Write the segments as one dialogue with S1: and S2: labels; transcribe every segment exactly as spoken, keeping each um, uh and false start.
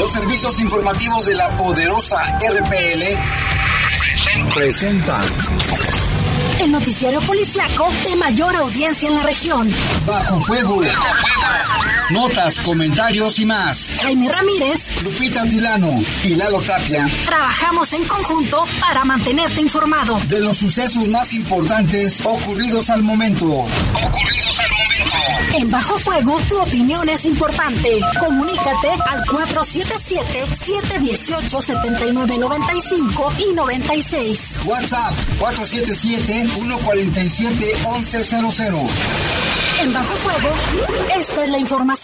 S1: Los servicios informativos de la poderosa R P L presentan
S2: el noticiero policiaco de mayor audiencia en la región.
S1: Bajo Fuego. Notas, comentarios y más.
S2: Jaime Ramírez,
S1: Lupita Tilano y Lalo Tapia.
S2: Trabajamos en conjunto para mantenerte informado
S1: de los sucesos más importantes ocurridos al momento. Ocurridos al momento.
S2: En Bajo Fuego, tu opinión es importante. Comunícate al cuatro siete siete, siete uno ocho, siete nueve nueve cinco y noventa y seis.
S1: WhatsApp cuatro siete siete, uno cuatro siete, once cero cero.
S2: En Bajo Fuego, esta es la información.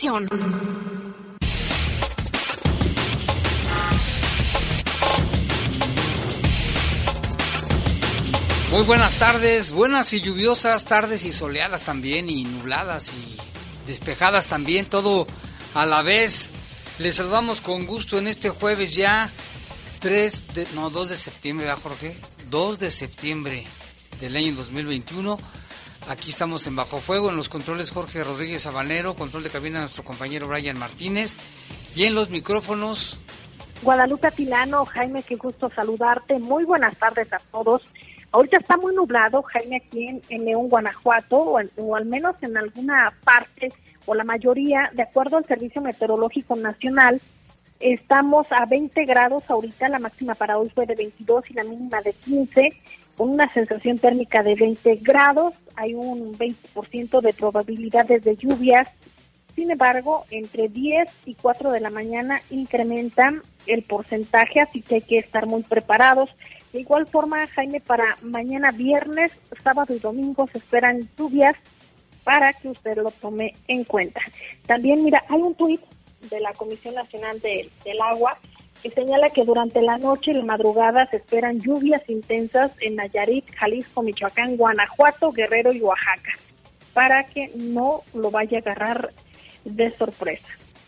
S3: Muy buenas tardes, buenas y lluviosas tardes y soleadas también, y nubladas y despejadas también, todo a la vez. Les saludamos con gusto en este jueves ya tres de, no, dos de septiembre, ¿verdad, Jorge? dos de septiembre del año dos mil veintiuno. Aquí estamos en Bajo Fuego, en los controles Jorge Rodríguez Sabanero, control de cabina nuestro compañero Brian Martínez, y en los micrófonos
S4: Guadalupe Tilano. Jaime, qué gusto saludarte, muy buenas tardes a todos. Ahorita está muy nublado, Jaime, aquí en, en León, Guanajuato, o, en, o al menos en alguna parte, o la mayoría, de acuerdo al Servicio Meteorológico Nacional, estamos a veinte grados ahorita, la máxima para hoy fue de veintidós y la mínima de quince, con una sensación térmica de veinte grados, hay un veinte por ciento de probabilidades de lluvias. Sin embargo, entre diez y cuatro de la mañana incrementan el porcentaje, así que hay que estar muy preparados. De igual forma, Jaime, para mañana viernes, sábado y domingo se esperan lluvias para que usted lo tome en cuenta. También, mira, hay un tuit de la Comisión Nacional de, del Agua que señala que durante la noche y la madrugada se esperan lluvias intensas en Nayarit, Jalisco, Michoacán, Guanajuato, Guerrero y Oaxaca, para que no lo vaya a agarrar de sorpresa.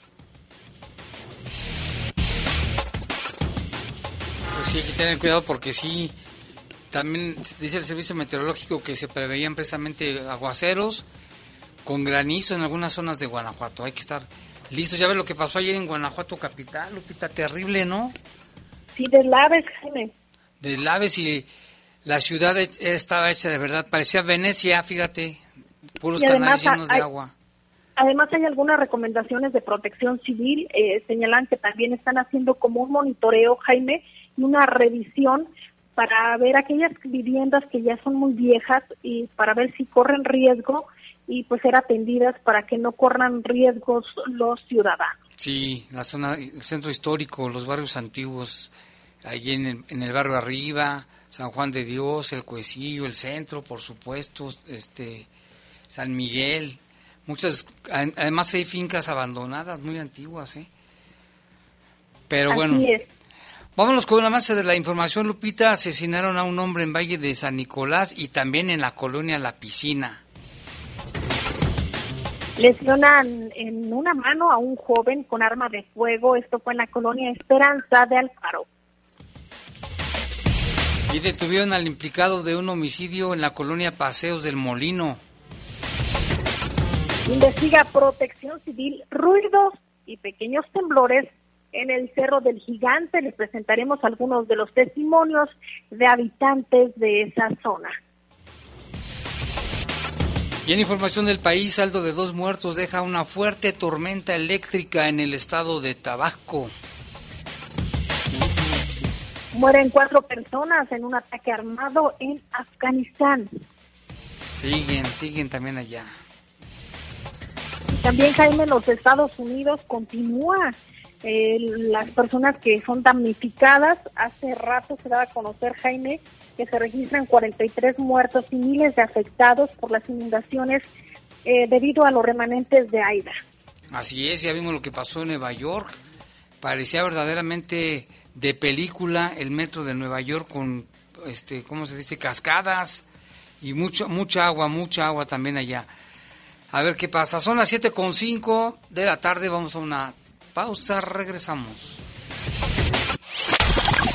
S3: Pues sí, hay que tener cuidado porque sí, también dice el Servicio Meteorológico que se preveían precisamente aguaceros con granizo en algunas zonas de Guanajuato. Hay que estar listos. Ya ves lo que pasó ayer en Guanajuato capital, Lupita, terrible, ¿no?
S4: Sí, deslaves, Jaime.
S3: Deslaves, y la ciudad estaba hecha de verdad, parecía Venecia, fíjate, puros canales llenos hay, de agua.
S4: Además hay algunas recomendaciones de protección civil, eh, señalan que también están haciendo como un monitoreo, Jaime, y una revisión para ver aquellas viviendas que ya son muy viejas y para ver si corren riesgo y pues ser atendidas para que no corran riesgos los ciudadanos.
S3: Sí, la zona, el centro histórico, los barrios antiguos, allí en el, en el barrio Arriba, San Juan de Dios, el Cuecillo, el centro, por supuesto, este, San Miguel, muchas, además hay fincas abandonadas muy antiguas, ¿eh? Pero
S4: Así
S3: bueno,
S4: es.
S3: Vámonos con una más de la información, Lupita. Asesinaron a un hombre en Valle de San Nicolás y también en la colonia La Piscina.
S4: Lesionan en una mano a un joven con arma de fuego. Esto fue en la colonia Esperanza de Alfaro.
S3: Y detuvieron al implicado de un homicidio en la colonia Paseos del Molino.
S4: Investiga Protección Civil ruidos y pequeños temblores en el Cerro del Gigante. Les presentaremos algunos de los testimonios de habitantes de esa zona.
S3: Y en información del país, saldo de dos muertos deja una fuerte tormenta eléctrica en el estado de Tabasco.
S4: Mueren cuatro personas en un ataque armado en Afganistán.
S3: Siguen, siguen también allá.
S4: Y también, Jaime, en los Estados Unidos continúa eh, las personas que son damnificadas. Hace rato se daba a conocer, Jaime, que se registran cuarenta y tres muertos y miles de afectados por las inundaciones eh, debido a los remanentes de Aida.
S3: Así es, ya vimos lo que pasó en Nueva York. Parecía verdaderamente de película el metro de Nueva York con, este, ¿cómo se dice? Cascadas y mucho, mucha agua, mucha agua también allá. A ver qué pasa. Son las siete con cinco de la tarde, vamos a una pausa, regresamos.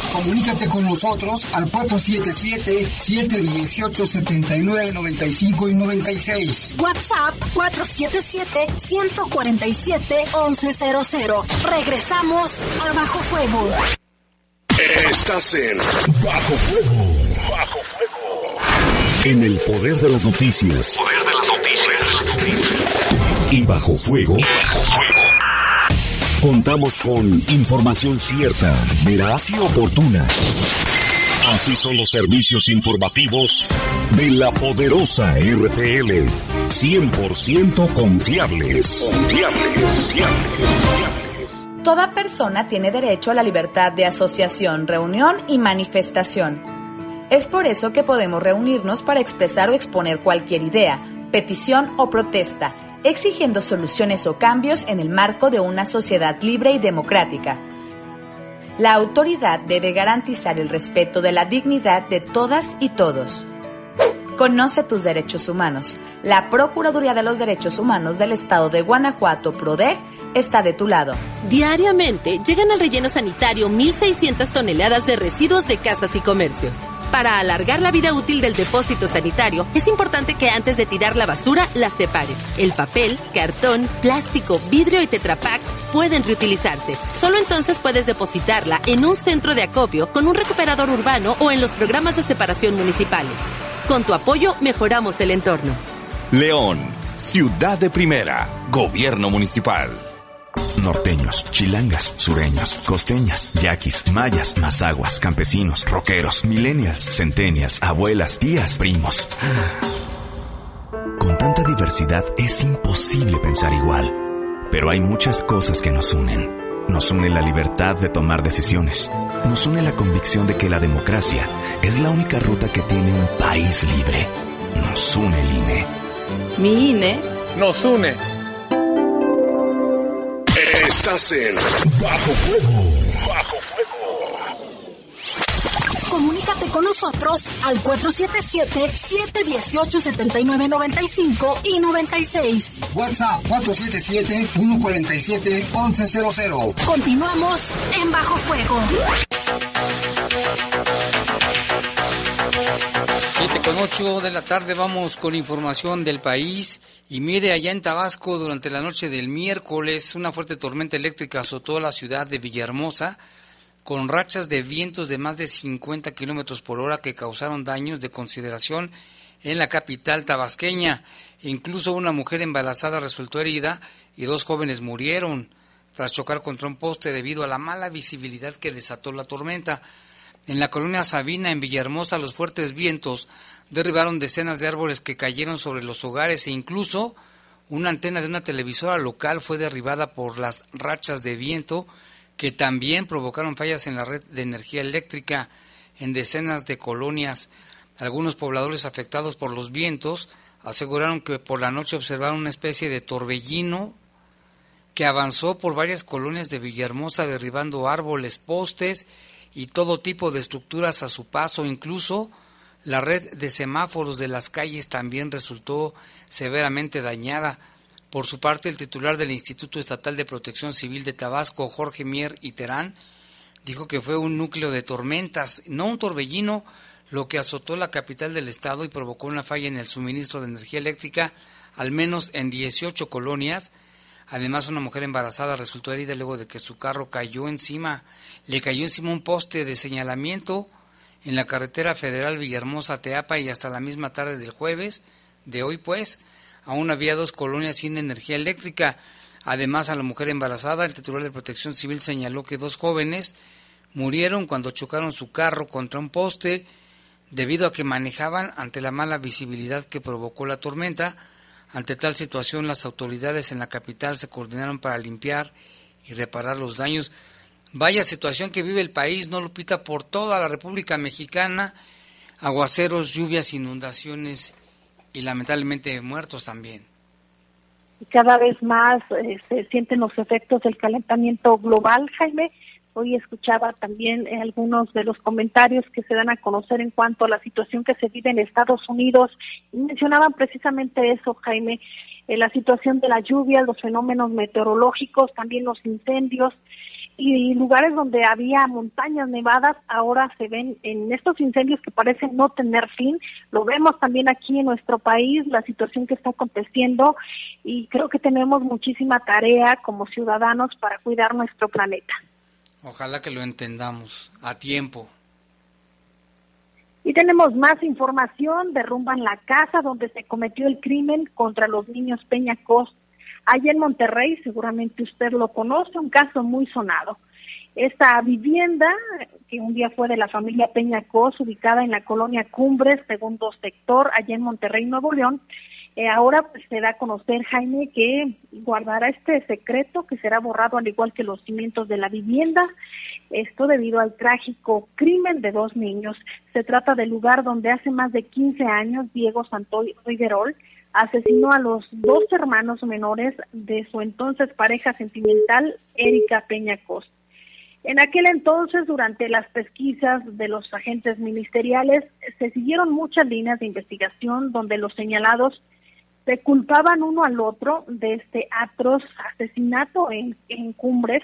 S1: Comunícate con nosotros al cuatro siete siete, siete uno ocho, siete nueve nueve cinco y noventa y seis.
S2: WhatsApp cuatro siete siete, uno cuatro siete, once cero cero. Regresamos a Bajo Fuego.
S5: Estás en Bajo Fuego. Bajo Fuego. En el poder de las noticias. Poder de las noticias. Y Bajo Fuego. Bajo Fuego. Contamos con información cierta, veraz y oportuna. Así son los servicios informativos de la poderosa R P L. cien por ciento confiables. Confiables, confiables.
S6: Toda persona tiene derecho a la libertad de asociación, reunión y manifestación. Es por eso que podemos reunirnos para expresar o exponer cualquier idea, petición o protesta, exigiendo soluciones o cambios en el marco de una sociedad libre y democrática. La autoridad debe garantizar el respeto de la dignidad de todas y todos. Conoce tus derechos humanos. La Procuraduría de los Derechos Humanos del Estado de Guanajuato, PRODEG, está de tu lado.
S7: Diariamente llegan al relleno sanitario mil seiscientas toneladas de residuos de casas y comercios. Para alargar la vida útil del depósito sanitario, es importante que antes de tirar la basura, la separes. El papel, cartón, plástico, vidrio y tetrapacks pueden reutilizarse. Solo entonces puedes depositarla en un centro de acopio con un recuperador urbano o en los programas de separación municipales. Con tu apoyo, mejoramos el entorno.
S8: León, ciudad de primera, gobierno municipal.
S9: Norteños, chilangas, sureños, costeñas, yaquis, mayas, mazaguas, campesinos, rockeros, millennials, centennials, abuelas, tías, primos. Con tanta diversidad es imposible pensar igual. Pero hay muchas cosas que nos unen. Nos une la libertad de tomar decisiones. Nos une la convicción de que la democracia es la única ruta que tiene un país libre. Nos une el I N E.
S7: Mi I N E
S3: nos une.
S5: Estás en Bajo Fuego. Bajo Fuego.
S2: Comunícate con nosotros al cuatro siete siete, siete uno ocho, siete nueve nueve cinco y noventa y seis.
S1: WhatsApp cuatro siete siete, uno cuatro siete, once cero cero.
S2: Continuamos en Bajo Fuego.
S3: siete con ocho de la tarde vamos con información del país. Y mire, allá en Tabasco, durante la noche del miércoles, una fuerte tormenta eléctrica azotó la ciudad de Villahermosa, con rachas de vientos de más de cincuenta kilómetros por hora que causaron daños de consideración en la capital tabasqueña. Incluso una mujer embarazada resultó herida y dos jóvenes murieron tras chocar contra un poste debido a la mala visibilidad que desató la tormenta. En la colonia Sabina, en Villahermosa, los fuertes vientos derribaron decenas de árboles que cayeron sobre los hogares e incluso una antena de una televisora local fue derribada por las rachas de viento que también provocaron fallas en la red de energía eléctrica en decenas de colonias. Algunos pobladores afectados por los vientos aseguraron que por la noche observaron una especie de torbellino que avanzó por varias colonias de Villahermosa derribando árboles, postes y todo tipo de estructuras a su paso. Incluso la red de semáforos de las calles también resultó severamente dañada. Por su parte, el titular del Instituto Estatal de Protección Civil de Tabasco, Jorge Mier Iterán, dijo que fue un núcleo de tormentas, no un torbellino, lo que azotó la capital del estado y provocó una falla en el suministro de energía eléctrica, al menos en dieciocho colonias. Además, una mujer embarazada resultó herida luego de que su carro cayó encima, le cayó encima un poste de señalamiento en la carretera federal Villahermosa-Teapa, y hasta la misma tarde del jueves de hoy, pues, aún había dos colonias sin energía eléctrica. Además, a la mujer embarazada, el titular de Protección Civil señaló que dos jóvenes murieron cuando chocaron su carro contra un poste debido a que manejaban ante la mala visibilidad que provocó la tormenta. Ante tal situación, las autoridades en la capital se coordinaron para limpiar y reparar los daños. Vaya situación que vive el país, ¿no, Lupita? Por toda la República Mexicana, aguaceros, lluvias, inundaciones y lamentablemente muertos también.
S4: Cada vez más eh, se sienten los efectos del calentamiento global, Jaime. Hoy escuchaba también eh, algunos de los comentarios que se dan a conocer en cuanto a la situación que se vive en Estados Unidos. Y mencionaban precisamente eso, Jaime, eh, la situación de la lluvia, los fenómenos meteorológicos, también los incendios. y lugares donde había montañas nevadas ahora se ven en estos incendios que parecen no tener fin. Lo vemos también aquí en nuestro país, la situación que está aconteciendo, y creo que tenemos muchísima tarea como ciudadanos para cuidar nuestro planeta.
S3: Ojalá que lo entendamos a tiempo.
S4: Y tenemos más información. Derrumban la casa donde se cometió el crimen contra los niños Peña Cos, allá en Monterrey. Seguramente usted lo conoce, un caso muy sonado. Esta vivienda, que un día fue de la familia Peña Cos, ubicada en la colonia Cumbres, segundo sector, allá en Monterrey, Nuevo León, eh, ahora pues, se da a conocer, Jaime, que guardará este secreto que será borrado al igual que los cimientos de la vivienda. Esto debido al trágico crimen de dos niños. Se trata del lugar donde hace más de quince años Diego Santoy Riverol asesinó a los dos hermanos menores de su entonces pareja sentimental, Erika Peña Cos. En aquel entonces, durante las pesquisas de los agentes ministeriales, se siguieron muchas líneas de investigación donde los señalados se culpaban uno al otro de este atroz asesinato en, en Cumbres.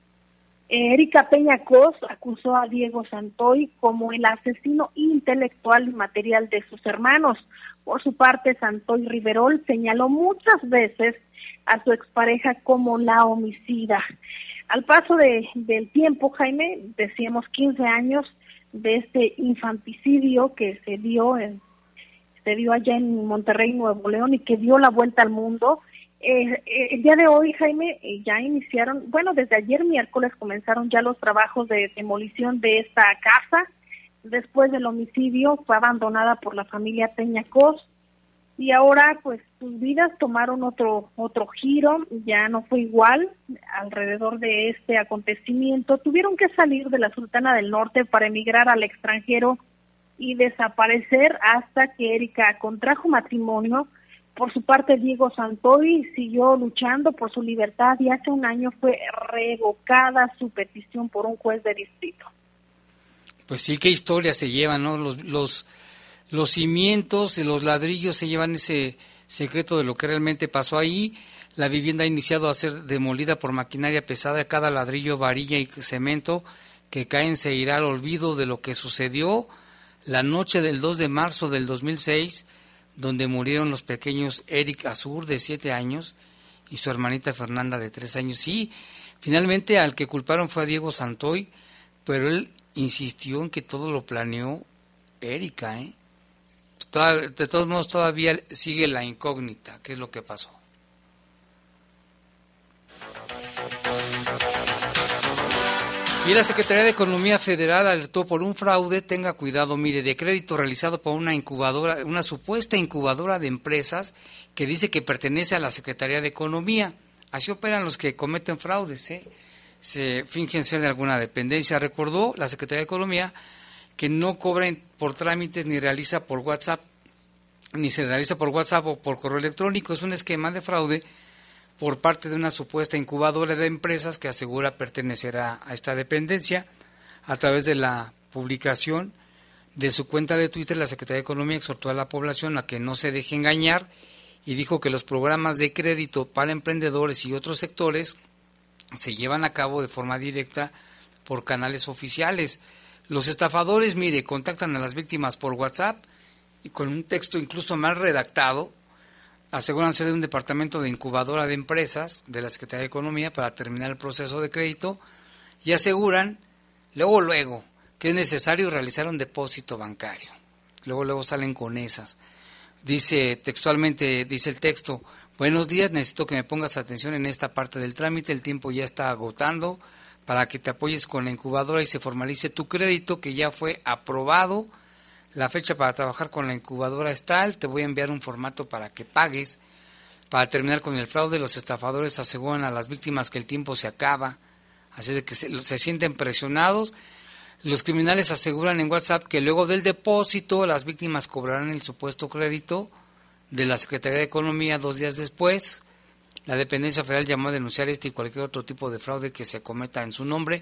S4: Erika Peña Cos acusó a Diego Santoy como el asesino intelectual y material de sus hermanos. Por su parte, Santoy Riverol señaló muchas veces a su expareja como la homicida. Al paso de, del tiempo, Jaime, decíamos quince años de este infanticidio que se dio, en, se dio allá en Monterrey, Nuevo León, y que dio la vuelta al mundo. Eh, eh, el día de hoy, Jaime, eh, ya iniciaron, bueno, desde ayer miércoles comenzaron ya los trabajos de demolición de esta casa. Después del homicidio fue abandonada por la familia Peña Cos y ahora pues sus vidas tomaron otro otro giro, ya no fue igual. Alrededor de este acontecimiento tuvieron que salir de la Sultana del Norte para emigrar al extranjero y desaparecer hasta que Erika contrajo matrimonio. Por su parte, Diego Santoy siguió luchando por su libertad y hace un año fue revocada su petición por un juez de distrito.
S3: Pues sí, qué historia se llevan, ¿no? Los, los, los cimientos de los ladrillos se llevan ese secreto de lo que realmente pasó ahí. La vivienda ha iniciado a ser demolida por maquinaria pesada. Cada ladrillo, varilla y cemento que caen se irá al olvido de lo que sucedió la noche del dos de marzo del dos mil seis, donde murieron los pequeños Eric Azur, de siete años, y su hermanita Fernanda, de tres años. Sí, finalmente al que culparon fue a Diego Santoy, pero él insistió en que todo lo planeó Erika, ¿eh? Toda, de todos modos todavía sigue la incógnita, ¿qué es lo que pasó? Y la Secretaría de Economía Federal alertó por un fraude. Tenga cuidado, mire, de crédito realizado por una incubadora, una supuesta incubadora de empresas que dice que pertenece a la Secretaría de Economía. Así operan los que cometen fraudes, ¿eh? Se fingen ser de alguna dependencia. Recordó la Secretaría de Economía que no cobra por trámites ni realiza por WhatsApp, ni se realiza por WhatsApp o por correo electrónico. Es un esquema de fraude por parte de una supuesta incubadora de empresas que asegura pertenecer a, a esta dependencia. A través de la publicación de su cuenta de Twitter, la Secretaría de Economía exhortó a la población a que no se deje engañar y dijo que los programas de crédito para emprendedores y otros sectores se llevan a cabo de forma directa por canales oficiales. Los estafadores, mire, contactan a las víctimas por WhatsApp y con un texto incluso mal redactado. Aseguran ser de un departamento de incubadora de empresas de la Secretaría de Economía para terminar el proceso de crédito y aseguran, luego, luego, que es necesario realizar un depósito bancario. Luego, luego salen con esas. Dice textualmente, dice el texto: buenos días, necesito que me pongas atención en esta parte del trámite, el tiempo ya está agotando para que te apoyes con la incubadora y se formalice tu crédito que ya fue aprobado. La fecha para trabajar con la incubadora es tal, te voy a enviar un formato para que pagues. Para terminar con el fraude, los estafadores aseguran a las víctimas que el tiempo se acaba, así de que se, se sienten presionados. Los criminales aseguran en WhatsApp que luego del depósito las víctimas cobrarán el supuesto crédito de la Secretaría de Economía dos días después. La dependencia federal llamó a denunciar este y cualquier otro tipo de fraude que se cometa en su nombre.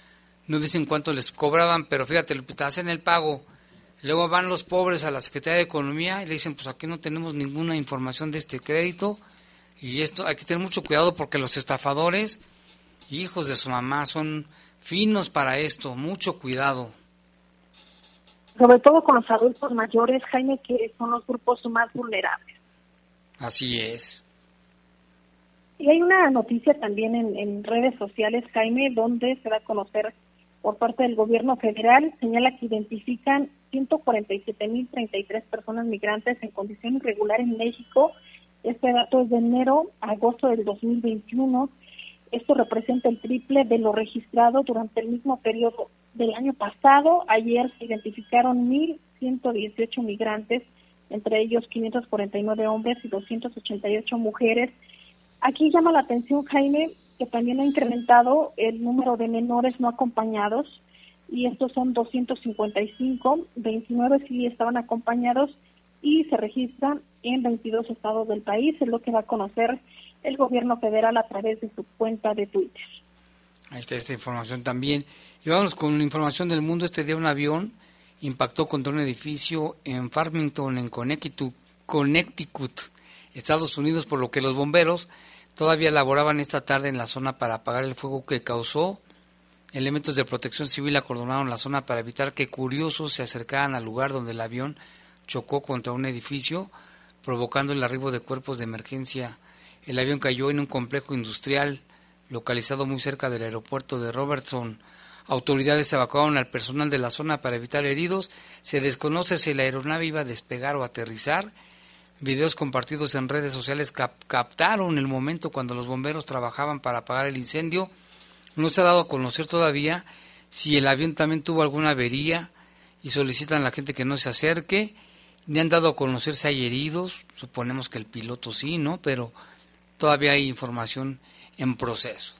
S3: No dicen cuánto les cobraban, pero fíjate, te hacen el pago. Luego van los pobres a la Secretaría de Economía y le dicen, pues aquí no tenemos ninguna información de este crédito. Y esto hay que tener mucho cuidado porque los estafadores hijos de su mamá, son finos para esto, mucho cuidado.
S4: Sobre todo con los adultos mayores, Jaime, que son los grupos más vulnerables.
S3: Así es.
S4: Y hay una noticia también en, en redes sociales, Jaime, donde se da a conocer por parte del gobierno federal, señala que identifican ciento cuarenta y siete mil treinta y tres personas migrantes en condición irregular en México. Este dato es de enero a agosto del dos mil veintiuno. Esto representa el triple de lo registrado durante el mismo periodo del año pasado. Ayer se identificaron mil ciento dieciocho migrantes, entre ellos quinientos cuarenta y nueve hombres y doscientas ochenta y ocho mujeres. Aquí llama la atención, Jaime, que también ha incrementado el número de menores no acompañados, y estos son doscientos cincuenta y cinco, veintinueve sí estaban acompañados y se registran en veintidós estados del país, es lo que va a conocer el gobierno federal a través de su cuenta de Twitter.
S3: Ahí está esta información también. Y vamos con la información del mundo. Este día un avión impactó contra un edificio en Farmington, en Connecticut, Connecticut, Estados Unidos, por lo que los bomberos todavía laboraban esta tarde en la zona para apagar el fuego que causó. Elementos de protección civil acordonaron la zona para evitar que curiosos se acercaran al lugar donde el avión chocó contra un edificio, provocando el arribo de cuerpos de emergencia. El avión cayó en un complejo industrial localizado muy cerca del aeropuerto de Robertson. Autoridades evacuaron al personal de la zona para evitar heridos. Se desconoce si la aeronave iba a despegar o aterrizar. Videos compartidos en redes sociales cap- captaron el momento cuando los bomberos trabajaban para apagar el incendio. No se ha dado a conocer todavía si el avión también tuvo alguna avería y solicitan a la gente que no se acerque. Ni han dado a conocer si hay heridos. Suponemos que el piloto sí, ¿no? Pero todavía hay información en proceso.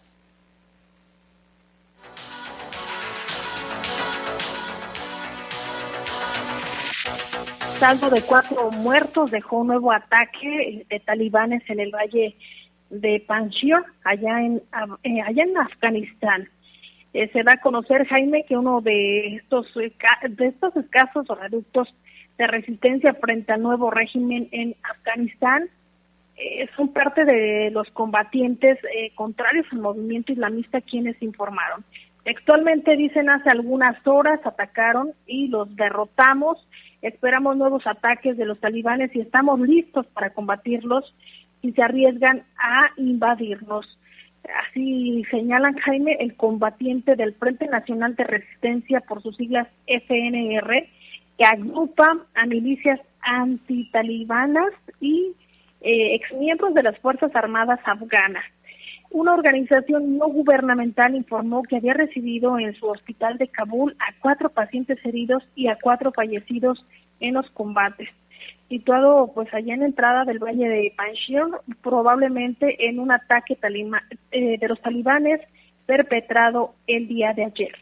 S4: Saldo de cuatro muertos dejó un nuevo ataque de talibanes en el valle de Panjshir, allá en eh, allá en Afganistán. Eh, se da a conocer, Jaime, que uno de estos de estos escasos reductos de resistencia frente al nuevo régimen en Afganistán eh, son parte de los combatientes eh, contrarios al movimiento islamista, quienes informaron. Textualmente dicen: hace algunas horas atacaron y los derrotamos. Esperamos nuevos ataques de los talibanes y estamos listos para combatirlos si se arriesgan a invadirnos. Así señalan, Jaime, el combatiente del Frente Nacional de Resistencia, por sus siglas F N R, que agrupa a milicias antitalibanas y eh, exmiembros de las Fuerzas Armadas afganas. Una organización no gubernamental informó que había recibido en su hospital de Kabul a cuatro pacientes heridos y a cuatro fallecidos en los combates. Situado pues allá en la entrada del valle de Panjshir, probablemente en un ataque talima, eh, de los talibanes perpetrado el día de ayer.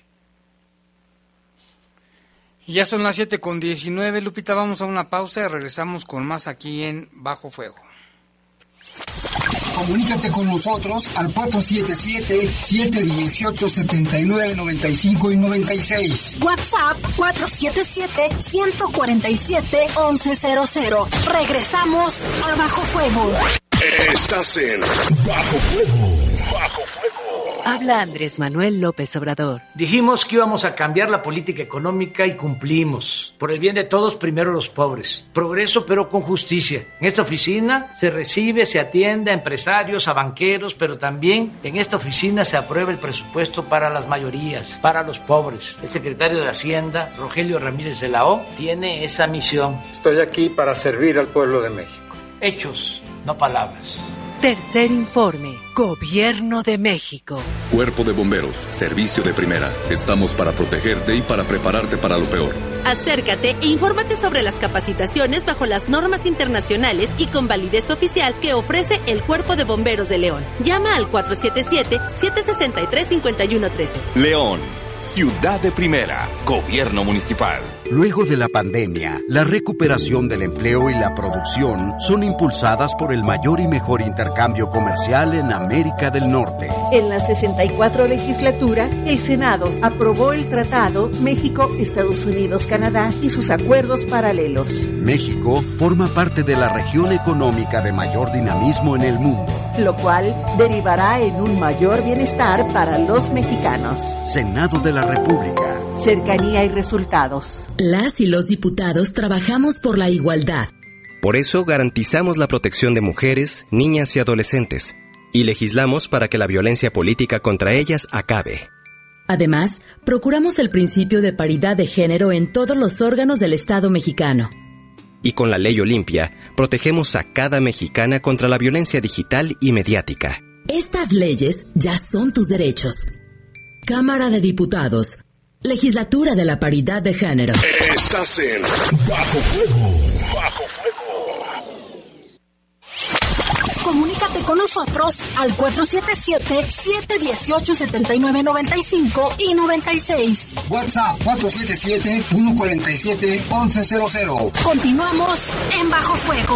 S3: Y ya son las siete con diecinueve, Lupita, vamos a una pausa y regresamos con más aquí en Bajo Fuego.
S1: Comunícate con nosotros al cuatro siete siete, siete uno ocho, siete nueve nueve cinco y noventa y seis.
S2: WhatsApp cuatro siete siete, uno cuatro siete, once cero cero. Regresamos a Bajo Fuego.
S5: Estás en Bajo Fuego. Bajo Fuego.
S7: Habla Andrés Manuel López Obrador.
S10: Dijimos que íbamos a cambiar la política económica y cumplimos. Por el bien de todos, primero los pobres. Progreso, pero con justicia. En esta oficina se recibe, se atiende a empresarios, a banqueros, pero también en esta oficina se aprueba el presupuesto para las mayorías, para los pobres. El secretario de Hacienda, Rogelio Ramírez de la O, tiene esa misión.
S11: Estoy aquí para servir al pueblo de México.
S10: Hechos, no palabras.
S7: Tercer informe. Gobierno de México.
S8: Cuerpo de Bomberos, servicio de primera. Estamos para protegerte y para prepararte para lo peor.
S7: Acércate e infórmate sobre las capacitaciones bajo las normas internacionales y con validez oficial que ofrece el Cuerpo de Bomberos de León. Llama al cuatro siete siete, siete seis tres, cinco uno uno tres.
S8: León, ciudad de primera. Gobierno municipal.
S12: Luego de la pandemia, la recuperación del empleo y la producción son impulsadas por el mayor y mejor intercambio comercial en América del Norte.
S13: En la sesenta y cuatro legislatura, el Senado aprobó el Tratado México, Estados Unidos, Canadá y sus acuerdos paralelos.
S12: México forma parte de la región económica de mayor dinamismo en el mundo.
S13: lo cual derivará en un mayor bienestar para los mexicanos.
S12: Senado de la República.
S13: Cercanía y resultados.
S14: Las y los diputados trabajamos por la igualdad.
S15: Por eso garantizamos la protección de mujeres, niñas y adolescentes, y legislamos para que la violencia política contra ellas acabe.
S14: Además, procuramos el principio de paridad de género en todos los órganos del Estado mexicano.
S15: Y con la Ley Olimpia, protegemos a cada mexicana contra la violencia digital y mediática.
S14: Estas leyes ya son tus derechos. Cámara de Diputados. Legislatura de la Paridad de Género.
S5: Estás en Bajo Fuego. Bajo Fuego.
S2: Comunícate con nosotros al cuatro siete siete, siete uno ocho, siete nueve nueve cinco y noventa y seis.
S1: WhatsApp cuatro siete siete, uno cuatro siete, once cero cero.
S2: Continuamos en Bajo Fuego.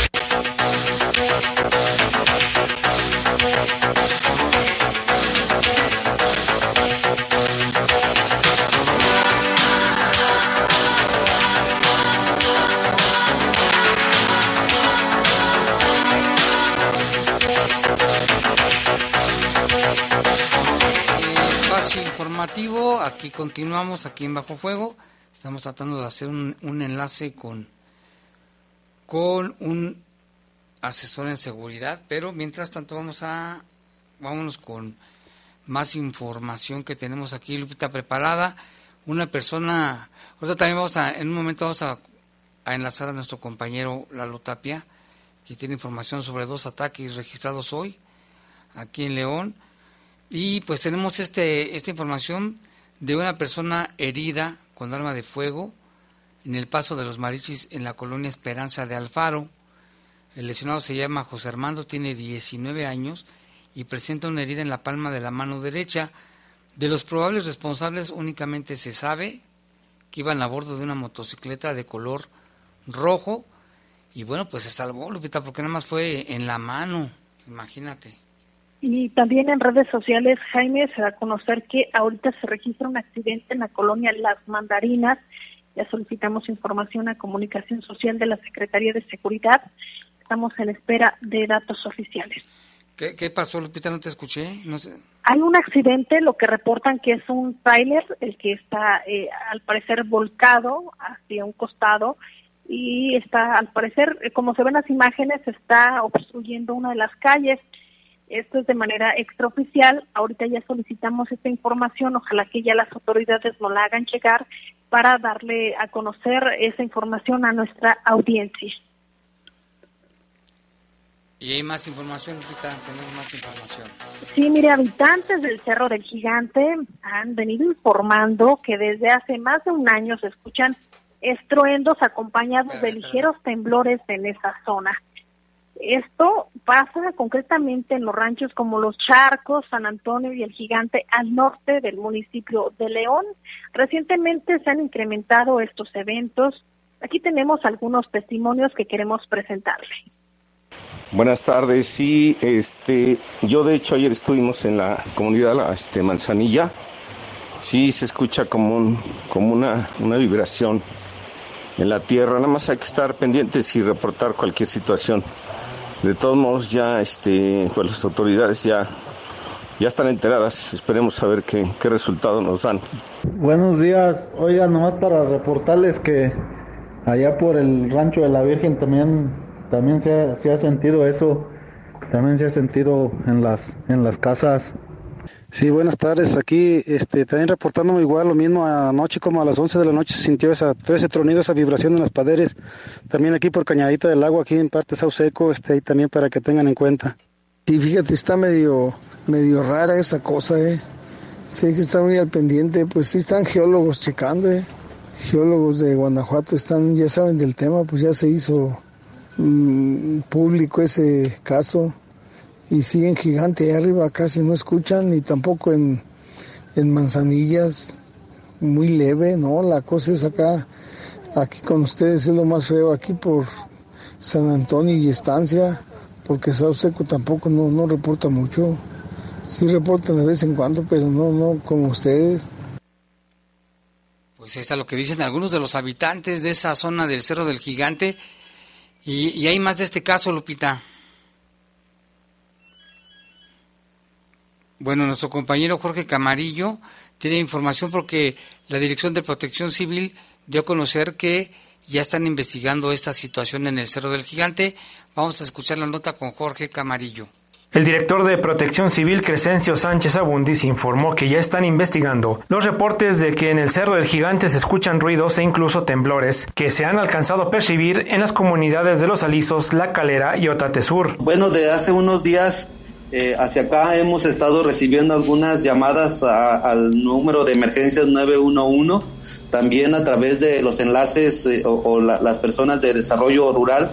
S3: Informativo, aquí continuamos, aquí en Bajo Fuego. Estamos tratando de hacer un, un enlace con, con un asesor en seguridad, pero mientras tanto vamos a vámonos con más información que tenemos aquí, Lupita, preparada. Una persona, ahorita también vamos a, en un momento vamos a, a enlazar a nuestro compañero Lalo Tapia, que tiene información sobre dos ataques registrados hoy aquí en León. Y pues tenemos este esta información de una persona herida con arma de fuego en el Paso de los Mariachis en la colonia Esperanza de Alfaro. El lesionado se llama José Armando, tiene diecinueve años y presenta una herida en la palma de la mano derecha. De los probables responsables únicamente se sabe que iban a bordo de una motocicleta de color rojo y bueno, pues se salvó, Lupita, porque nada más fue en la mano, imagínate.
S4: Y también en redes sociales, Jaime, se da a conocer que ahorita se registra un accidente en la colonia Las Mandarinas. Ya solicitamos información a Comunicación Social de la Secretaría de Seguridad. Estamos en espera de datos oficiales.
S3: ¿Qué, qué pasó, Lupita? No te escuché. No sé.
S4: Hay un accidente, lo que reportan que es un tráiler, el que está eh, al parecer volcado hacia un costado y está, al parecer, como se ven las imágenes, está obstruyendo una de las calles. Esto es de manera extraoficial. Ahorita ya solicitamos esta información, ojalá que ya las autoridades nos la hagan llegar para darle a conocer esa información a nuestra audiencia.
S3: Y hay más información, Lupita, tenemos más información.
S4: Sí, mire, habitantes del Cerro del Gigante han venido informando que desde hace más de un año se escuchan estruendos acompañados pero, de ligeros pero... temblores en esa zona. Esto pasa concretamente en los ranchos como Los Charcos, San Antonio y El Gigante al norte del municipio de León. Recientemente se han incrementado estos eventos. Aquí tenemos algunos testimonios que queremos presentarle.
S16: Buenas tardes, sí, este, yo de hecho ayer estuvimos en la comunidad la, este, Manzanilla. Sí, se escucha como, un, como una, una vibración en la tierra. Nada más hay que estar pendientes y reportar cualquier situación. De todos modos, ya este, pues las autoridades ya, ya están enteradas. Esperemos a ver qué, qué resultado nos dan.
S17: Buenos días. Oiga, nomás para reportarles que allá por el rancho de la Virgen también, también se ha, se ha sentido eso. También se ha sentido en las, en las casas.
S18: Sí, buenas tardes. Aquí este, también reportándome igual lo mismo. Anoche como a las once de la noche se sintió esa, todo ese tronido, esa vibración en las paredes. También aquí por Cañadita del Agua, aquí en parte Sauseco, este, ahí también para que tengan en cuenta.
S19: Sí, fíjate, está medio, medio rara esa cosa, ¿eh? Sí, hay que estar muy al pendiente. Pues sí están geólogos checando, ¿eh? Geólogos de Guanajuato están, ya saben del tema, pues ya se hizo mmm, público ese caso. Y sí, en Gigante, allá arriba casi no escuchan, ni tampoco en, en Manzanillas, muy leve, ¿no? La cosa es acá, aquí con ustedes es lo más feo, aquí por San Antonio y Estancia, porque Sauseco tampoco no, no reporta mucho. Sí reportan de vez en cuando, pero no, no como ustedes.
S3: Pues ahí está lo que dicen algunos de los habitantes de esa zona del Cerro del Gigante. Y, y hay más de este caso, Lupita. Bueno, nuestro compañero Jorge Camarillo tiene información porque la Dirección de Protección Civil dio a conocer que ya están investigando esta situación en el Cerro del Gigante. Vamos a escuchar la nota con Jorge Camarillo.
S20: El director de Protección Civil, Crescencio Sánchez Abundis, informó que ya están investigando los reportes de que en el Cerro del Gigante se escuchan ruidos e incluso temblores que se han alcanzado a percibir en las comunidades de Los Alisos, La Calera y Otate Sur.
S21: Bueno, de hace unos días eh, hacia acá hemos estado recibiendo algunas llamadas a, al número de emergencias nueve uno uno, también a través de los enlaces eh, o, o la, las personas de desarrollo rural,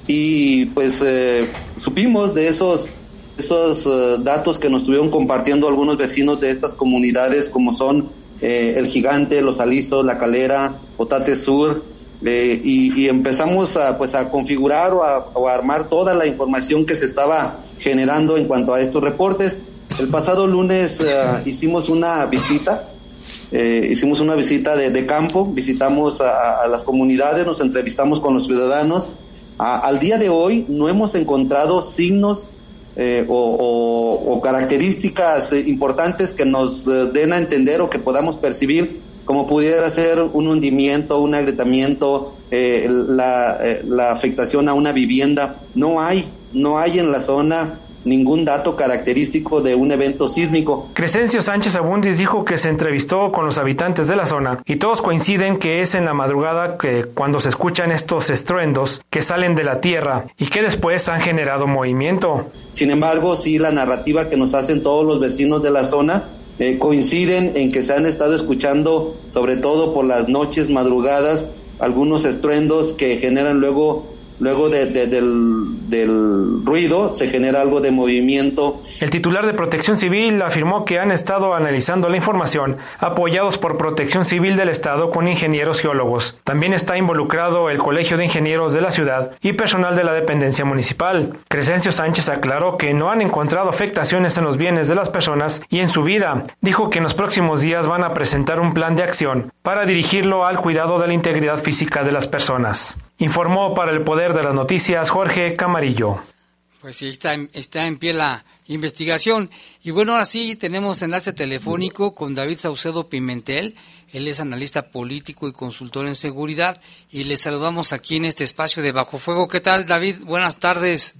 S21: y pues eh, supimos de esos esos uh, datos que nos estuvieron compartiendo algunos vecinos de estas comunidades, como son eh, El Gigante, Los Alisos, La Calera, Otate Sur, eh, y, y empezamos a, pues, a configurar o a, o a armar toda la información que se estaba generando en cuanto a estos reportes. El pasado lunes uh, hicimos una visita, eh, hicimos una visita de, de campo, visitamos a, a las comunidades, nos entrevistamos con los ciudadanos. A, al día de hoy no hemos encontrado signos Eh, o, o, o características eh, importantes que nos eh, den a entender o que podamos percibir, como pudiera ser un hundimiento, un agrietamiento, eh, la, eh, la afectación a una vivienda. No hay, no hay en la zona ningún dato característico de un evento sísmico.
S20: Crescencio Sánchez Abundis dijo que se entrevistó con los habitantes de la zona y todos coinciden que es en la madrugada que cuando se escuchan estos estruendos que salen de la tierra y que después han generado movimiento.
S21: Sin embargo, sí, la narrativa que nos hacen todos los vecinos de la zona eh, coinciden en que se han estado escuchando, sobre todo por las noches madrugadas, algunos estruendos que generan luego Luego de, de, del, del ruido se genera algo de movimiento.
S20: El titular de Protección Civil afirmó que han estado analizando la información, apoyados por Protección Civil del Estado con ingenieros geólogos. También está involucrado el Colegio de Ingenieros de la ciudad y personal de la dependencia municipal. Crescencio Sánchez aclaró que no han encontrado afectaciones en los bienes de las personas y en su vida. Dijo que en los próximos días van a presentar un plan de acción para dirigirlo al cuidado de la integridad física de las personas. Informó para el Poder de las Noticias Jorge Camarillo.
S3: Pues sí, está, está en pie la investigación. Y bueno, ahora sí tenemos enlace telefónico con David Saucedo Pimentel. Él es analista político y consultor en seguridad. Y le saludamos aquí en este espacio de Bajo Fuego. ¿Qué tal, David? Buenas tardes.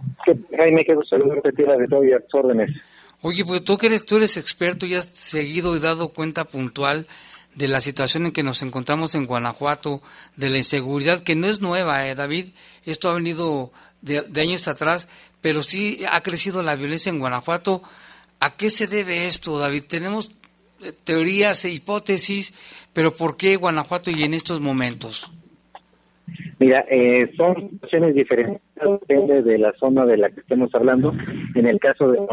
S22: Jaime, qué gusto saludarte, de todo y a tus órdenes.
S3: Oye, pues tú que eres, tú eres experto y has seguido y dado cuenta puntual de la situación en que nos encontramos en Guanajuato, de la inseguridad, que no es nueva, ¿eh, David? Esto ha venido de, de años atrás, pero sí ha crecido la violencia en Guanajuato. ¿A qué se debe esto, David? Tenemos teorías e hipótesis, pero ¿por qué Guanajuato y en estos momentos?
S22: Mira, eh, son situaciones diferentes, depende de la zona de la que estemos hablando. En el caso de...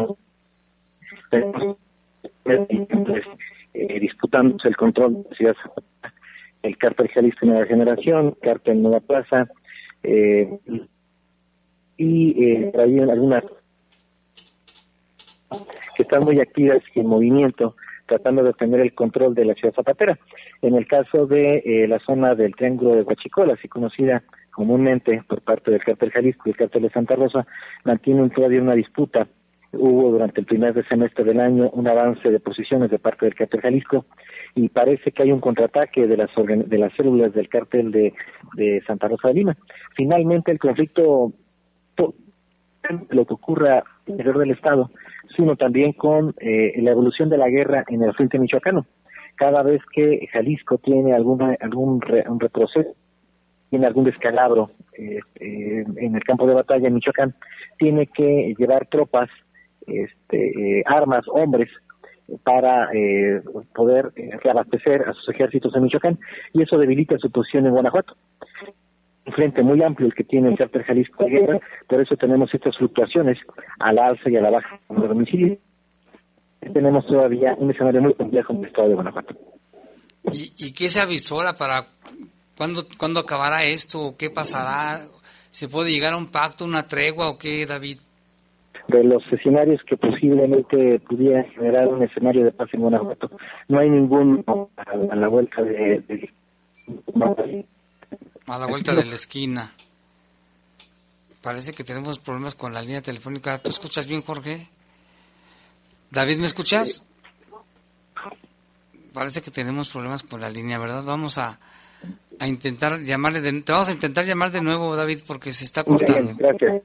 S22: Eh, disputándose el control de la ciudad, el cártel Jalisco Nueva Generación, cártel Nueva Plaza, eh, y eh, hay algunas que están muy activas y en movimiento, tratando de obtener el control de la ciudad zapatera. En el caso de eh, la zona del Triángulo de Huachicol, así conocida comúnmente por parte del cártel Jalisco y el cártel de Santa Rosa, mantienen todavía una disputa. Hubo durante el primer semestre del año un avance de posiciones de parte del cártel Jalisco y parece que hay un contraataque de las de las células del cártel de, de Santa Rosa de Lima. Finalmente el conflicto, lo que ocurra al interior del estado, sino también con eh, la evolución de la guerra en el frente michoacano. Cada vez que Jalisco tiene alguna algún re, un retroceso, tiene algún descalabro eh, eh, en el campo de batalla en Michoacán, tiene que llevar tropas, este, eh, armas, hombres, para eh, poder eh, reabastecer a sus ejércitos en Michoacán, y eso debilita su posición en Guanajuato. Un frente muy amplio el que tiene el cártel Jalisco de guerra, por eso tenemos estas fluctuaciones a la alza y a la baja de domicilio. Tenemos todavía un escenario muy complejo en el estado de Guanajuato.
S3: ¿Y, y qué se avisora para cuándo, cuándo acabará esto? ¿Qué pasará? ¿Se puede llegar a un pacto, una tregua o qué, David?
S22: De los escenarios que posiblemente pudieran generar un escenario de paz en Guanajuato, no hay ningún a, a la vuelta de, de
S3: a la vuelta de la esquina. Parece que tenemos problemas con la línea telefónica. ¿Tú escuchas bien, Jorge? David, ¿me escuchas? Parece que tenemos problemas con la línea, ¿verdad? Vamos a, a intentar llamarle de, te vamos a intentar llamar de nuevo, David, porque se está cortando.
S22: Gracias.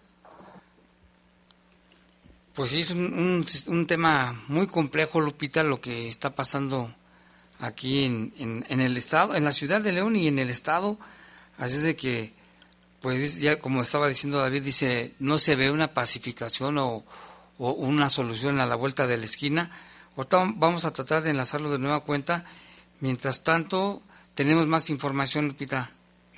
S3: Pues sí, es un, un, un tema muy complejo, Lupita, lo que está pasando aquí en, en, en el estado, en la ciudad de León y en el estado. Así es de que, pues ya como estaba diciendo David, dice, no se ve una pacificación o, o una solución a la vuelta de la esquina. Ahorita vamos a tratar de enlazarlo de nueva cuenta. Mientras tanto, tenemos más información, Lupita.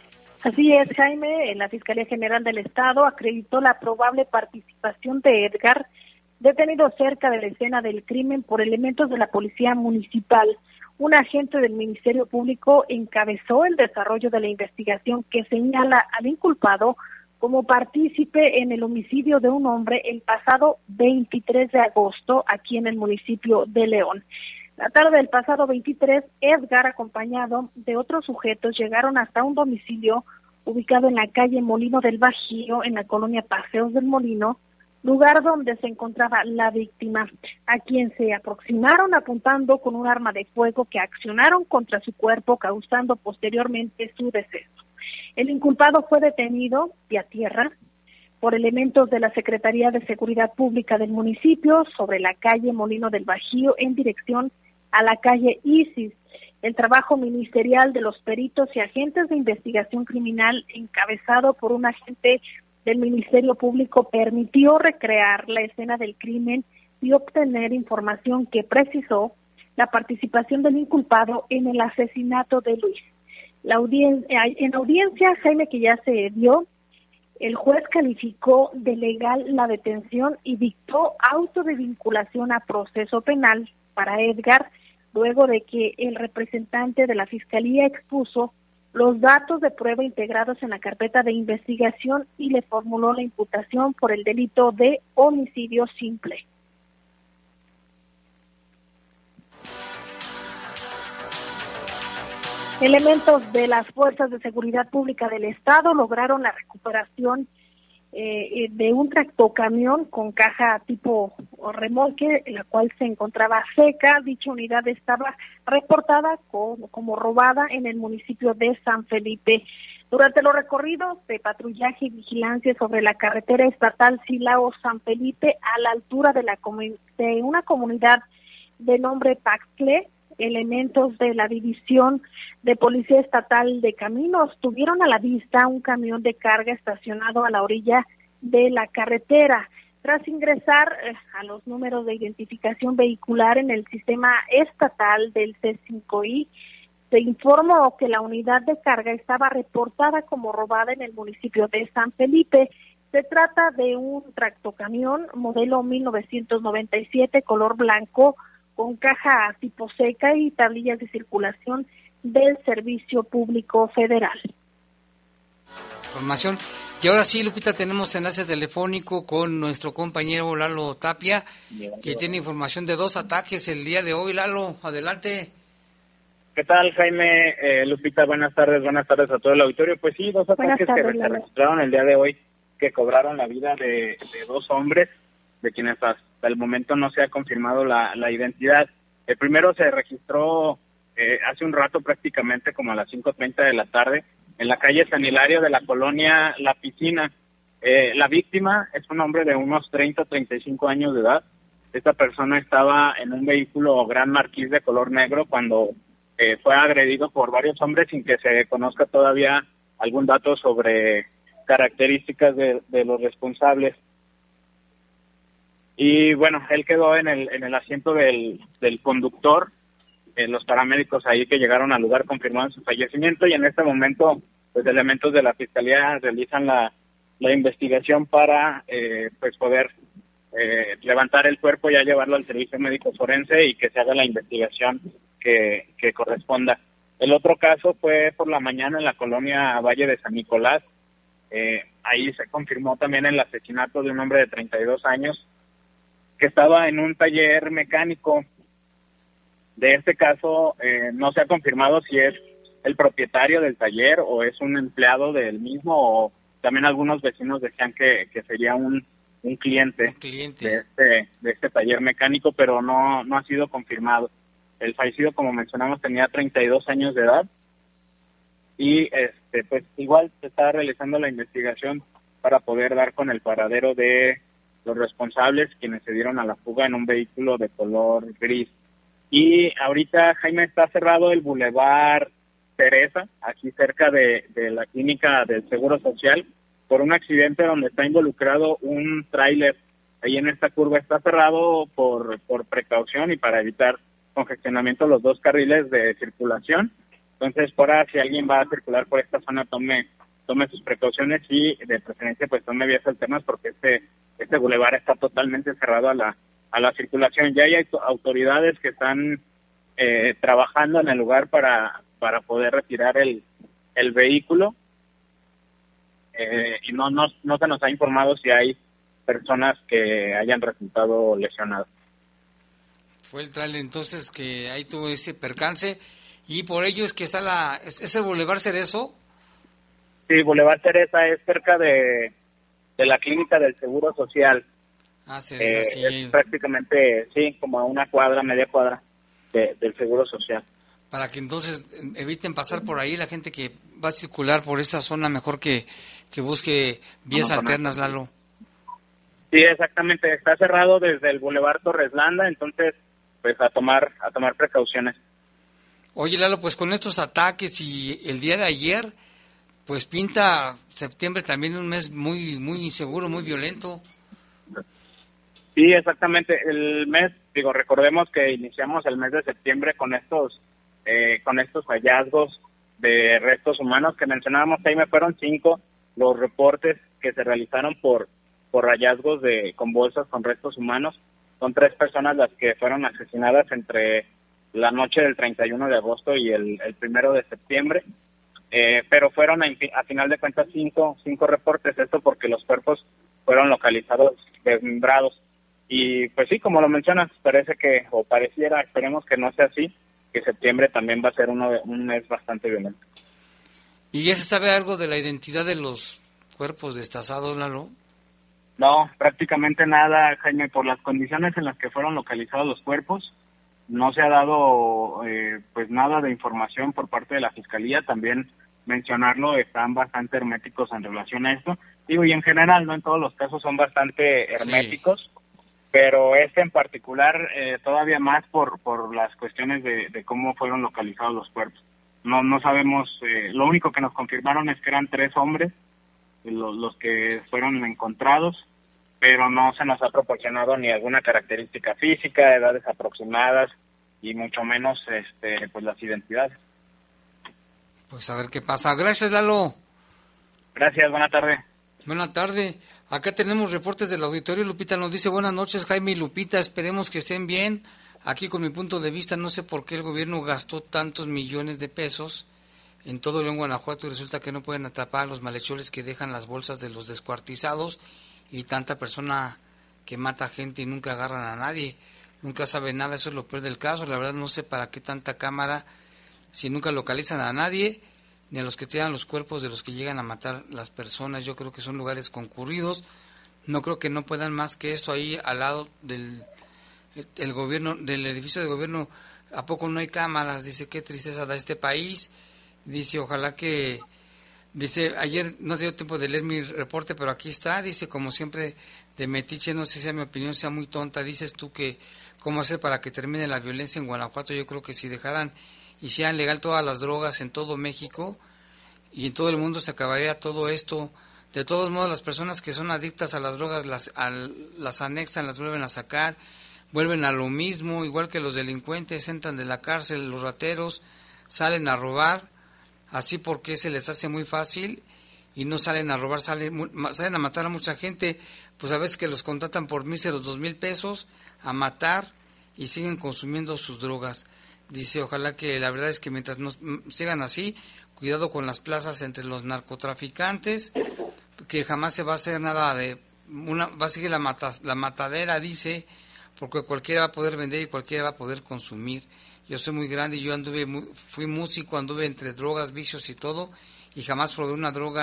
S4: Así es, Jaime. La Fiscalía General del Estado acreditó la probable participación de Edgar, detenido cerca de la escena del crimen por elementos de la Policía Municipal. Un agente del Ministerio Público encabezó el desarrollo de la investigación que señala al inculpado como partícipe en el homicidio de un hombre el pasado veintitrés de agosto aquí en el municipio de León. La tarde del pasado veintitrés, Edgar, acompañado de otros sujetos, llegaron hasta un domicilio ubicado en la calle Molino del Bajío, en la colonia Paseos del Molino, lugar donde se encontraba la víctima, a quien se aproximaron apuntando con un arma de fuego que accionaron contra su cuerpo, causando posteriormente su deceso. El inculpado fue detenido vía tierra por elementos de la Secretaría de Seguridad Pública del municipio sobre la calle Molino del Bajío en dirección a la calle Isis. El trabajo ministerial de los peritos y agentes de investigación criminal encabezado por un agente del Ministerio Público permitió recrear la escena del crimen y obtener información que precisó la participación del inculpado en el asesinato de Luis. La audien- en audiencia, Jaime, que ya se dio, el juez calificó de legal la detención y dictó auto de vinculación a proceso penal para Edgar, luego de que el representante de la Fiscalía expuso los datos de prueba integrados en la carpeta de investigación y le formuló la imputación por el delito de homicidio simple. Elementos de las Fuerzas de Seguridad Pública del Estado lograron la recuperación eh, de un tractocamión con caja tipo remolque, la cual se encontraba seca. Dicha unidad estaba reportada como, como robada en el municipio de San Felipe. Durante los recorridos de patrullaje y vigilancia sobre la carretera estatal Silao-San Felipe, a la altura de, la comu- de una comunidad de nombre Paxcle, elementos de la División de Policía Estatal de Caminos tuvieron a la vista un camión de carga estacionado a la orilla de la carretera. Tras ingresar eh, a los números de identificación vehicular en el sistema estatal del C cinco I, se informó que la unidad de carga estaba reportada como robada en el municipio de San Felipe. Se trata de un tractocamión modelo mil novecientos noventa y siete, color blanco, con caja tipo seca y tablillas de circulación del Servicio Público Federal.
S3: Información. Y ahora sí, Lupita, tenemos enlace telefónico con nuestro compañero Lalo Tapia, que tiene información de dos ataques el día de hoy. Lalo, adelante.
S6: ¿Qué tal, Jaime? Eh, Lupita, buenas tardes, buenas tardes a todo el auditorio. Pues sí, dos ataques tardes, que se registraron el día de hoy, que cobraron la vida de, de dos hombres, de quienes hasta el momento no se ha confirmado la, la identidad. El primero se registró eh, hace un rato, prácticamente como a las cinco treinta de la tarde, en la calle San Hilario de la colonia La Piscina. Eh, la víctima es un hombre de unos treinta, treinta y cinco años de edad. Esta persona estaba en un vehículo Gran Marquis de color negro cuando eh, fue agredido por varios hombres sin que se conozca todavía algún dato sobre características de, de los responsables. Y bueno, él quedó en el en el asiento del, del conductor. Eh, los paramédicos ahí que llegaron al lugar confirmaron su fallecimiento y en este momento pues elementos de la Fiscalía realizan la, la investigación para eh, pues poder eh, levantar el cuerpo y ya llevarlo al servicio médico forense y que se haga la investigación que, que corresponda. El otro caso fue por la mañana en la colonia Valle de San Nicolás. Eh, ahí se confirmó también el asesinato de un hombre de treinta y dos años que estaba en un taller mecánico. De este caso eh, no se ha confirmado si es el propietario del taller o es un empleado del mismo, o también algunos vecinos decían que, que sería un, un cliente,
S3: un cliente.
S6: De, este, de este taller mecánico, pero no, no ha sido confirmado. El fallecido, como mencionamos, tenía treinta y dos años de edad y este pues igual se está realizando la investigación para poder dar con el paradero de los responsables, quienes se dieron a la fuga en un vehículo de color gris. Y ahorita, Jaime, está cerrado el Boulevard Teresa, aquí cerca de, de la clínica del Seguro Social, por un accidente donde está involucrado un tráiler. Ahí en esta curva está cerrado por, por precaución y para evitar congestionamiento los dos carriles de circulación. Entonces, por ahora, si alguien va a circular por esta zona, tome tome sus precauciones y de preferencia pues tome vías alternas, porque este este bulevar está totalmente cerrado a la a la circulación. Ya hay autoridades que están eh, trabajando en el lugar para para poder retirar el el vehículo eh, y no, no no se nos ha informado si hay personas que hayan resultado lesionadas.
S3: Fue el tráiler entonces que ahí tuvo ese percance y por ello es que está la es, es el Boulevard Cerezo.
S6: Sí, Boulevard Teresa es cerca de, de la clínica del Seguro Social.
S3: Ah, Cereza,
S6: eh,
S3: sí.
S6: Es prácticamente, sí, como a una cuadra, media cuadra de, del Seguro Social.
S3: Para que entonces eviten pasar por ahí la gente que va a circular por esa zona, mejor que, que busque vías no, no, alternas, no. Lalo.
S6: Sí, exactamente. Está cerrado desde el Boulevard Torreslanda, entonces, pues a tomar a tomar precauciones.
S3: Oye, Lalo, pues con estos ataques y el día de ayer, pues pinta septiembre también un mes muy muy inseguro, muy violento.
S6: Sí, exactamente. El mes, digo, recordemos que iniciamos el mes de septiembre con estos eh, con estos hallazgos de restos humanos que mencionábamos. Ahí me fueron cinco los reportes que se realizaron por por hallazgos de con bolsas con restos humanos. Son tres personas las que fueron asesinadas entre la noche del treinta y uno de agosto y el, el primero de septiembre. Eh, pero fueron a, a final de cuentas cinco, cinco reportes, esto porque los cuerpos fueron localizados desmembrados. Y pues sí, como lo mencionas, parece que, o pareciera, esperemos que no sea así, que septiembre también va a ser uno de, un mes bastante violento.
S3: ¿Y ya se sabe algo de la identidad de los cuerpos destazados, Lalo?
S6: No, prácticamente nada, Jaime, por las condiciones en las que fueron localizados los cuerpos. No se ha dado eh, pues nada de información por parte de la Fiscalía. También mencionarlo, están bastante herméticos en relación a esto. Digo, y en general, no en todos los casos son bastante herméticos, sí. Pero este en particular eh, todavía más por por las cuestiones de, de cómo fueron localizados los cuerpos. No no sabemos, eh, lo único que nos confirmaron es que eran tres hombres los, los que fueron encontrados, pero no se nos ha proporcionado ni alguna característica física, edades aproximadas y mucho menos este pues las identidades.
S3: Pues a ver qué pasa. Gracias, Lalo.
S6: Gracias, buena tarde.
S3: Buena tarde. Acá tenemos reportes del auditorio. Lupita nos dice, buenas noches, Jaime y Lupita, esperemos que estén bien. Aquí con mi punto de vista, no sé por qué el gobierno gastó tantos millones de pesos en todo León, Guanajuato, y resulta que no pueden atrapar a los malhechores que dejan las bolsas de los descuartizados y tanta persona que mata gente y nunca agarran a nadie, nunca sabe nada. Eso es lo peor del caso. La verdad no sé para qué tanta cámara si nunca localizan a nadie, ni a los que tiran los cuerpos de los que llegan a matar las personas. Yo creo que son lugares concurridos, no creo que no puedan más que esto ahí al lado del el gobierno, del edificio de gobierno. ¿A poco no hay cámaras? Dice, qué tristeza da este país. Dice, ojalá que, dice, ayer no dio tiempo de leer mi reporte, pero aquí está, dice, como siempre, de metiche, no sé si a mi opinión sea muy tonta. Dices tú que cómo hacer para que termine la violencia en Guanajuato. Yo creo que si dejaran y sean legal todas las drogas en todo México y en todo el mundo, se acabaría todo esto. De todos modos, las personas que son adictas a las drogas las, al, las anexan, las vuelven a sacar, vuelven a lo mismo, igual que los delincuentes, entran de la cárcel, los rateros salen a robar, así porque se les hace muy fácil y no salen a robar, salen, salen a matar a mucha gente. Pues a veces que los contratan por míseros dos mil pesos a matar y siguen consumiendo sus drogas. Dice, ojalá que la verdad es que mientras nos sigan así, cuidado con las plazas entre los narcotraficantes, que jamás se va a hacer nada de, una va a seguir la, mata, la matadera, dice, porque cualquiera va a poder vender y cualquiera va a poder consumir. Yo soy muy grande y yo anduve, muy, fui músico, anduve entre drogas, vicios y todo, y jamás probé una droga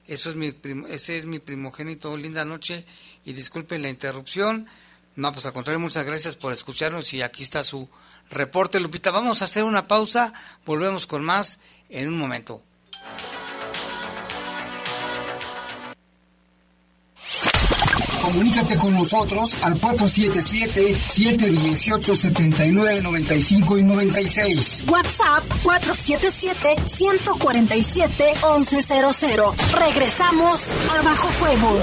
S3: Eso es mi prim- ese es mi primogénito. Linda noche y disculpen la interrupción. No, pues al contrario, muchas gracias por escucharnos y aquí está su reporte, Lupita. Vamos a hacer una pausa, volvemos con más en un momento.
S1: Comunícate con nosotros al cuatro siete siete, siete uno ocho, siete nueve nueve cinco y noventa y seis.
S2: WhatsApp cuatro siete siete, uno cuatro siete, once cero cero. Regresamos a Bajo Fuego.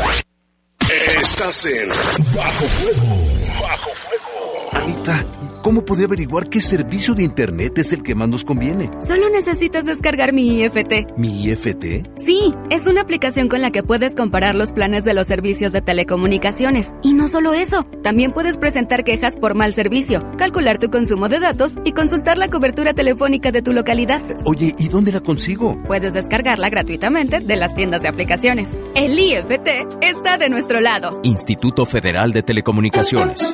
S5: Estás en Bajo Fuego. Bajo Fuego.
S9: Anita, ¿cómo podría averiguar qué servicio de internet es el que más nos conviene?
S11: Solo necesitas descargar mi I F T.
S9: ¿Mi I F T?
S11: Sí, es una aplicación con la que puedes comparar los planes de los servicios de telecomunicaciones. Y no solo eso, también puedes presentar quejas por mal servicio, calcular tu consumo de datos y consultar la cobertura telefónica de tu localidad.
S9: Oye, ¿y dónde la consigo?
S11: Puedes descargarla gratuitamente de las tiendas de aplicaciones. El I F T está de nuestro lado.
S9: Instituto Federal de Telecomunicaciones.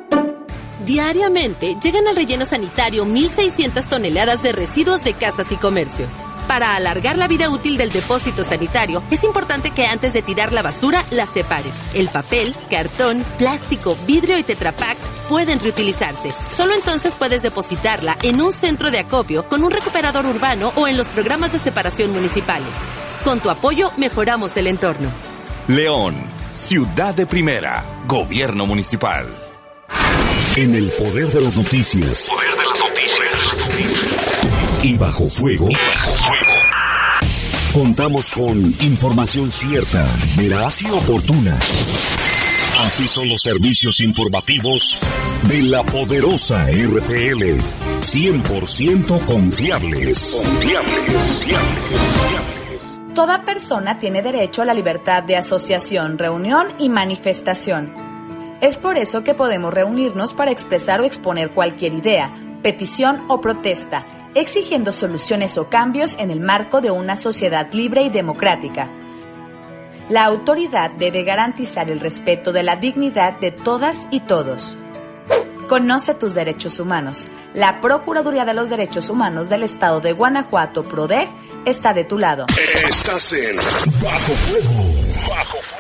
S7: Diariamente llegan al relleno sanitario mil seiscientas toneladas de residuos de casas y comercios. Para alargar la vida útil del depósito sanitario, es importante que antes de tirar la basura, la separes. El papel, cartón, plástico, vidrio y tetrapacks pueden reutilizarse. Solo entonces puedes depositarla en un centro de acopio con un recuperador urbano o en los programas de separación municipales. Con tu apoyo, mejoramos el entorno.
S23: León, ciudad de primera, gobierno municipal.
S5: En el poder de las noticias. Poder de las noticias. Y bajo fuego. Y bajo fuego. Contamos con información cierta, veraz y oportuna. Así son los servicios informativos de la poderosa R P L. cien por ciento confiables. Confiables, confiables, confiables.
S24: Toda persona tiene derecho a la libertad de asociación, reunión y manifestación. Es por eso que podemos reunirnos para expresar o exponer cualquier idea, petición o protesta, exigiendo soluciones o cambios en el marco de una sociedad libre y democrática. La autoridad debe garantizar el respeto de la dignidad de todas y todos. Conoce tus derechos humanos. La Procuraduría de los Derechos Humanos del Estado de Guanajuato, PRODEG, está de tu lado.
S5: Estás en Bajo Fuego. Bajo Fuego.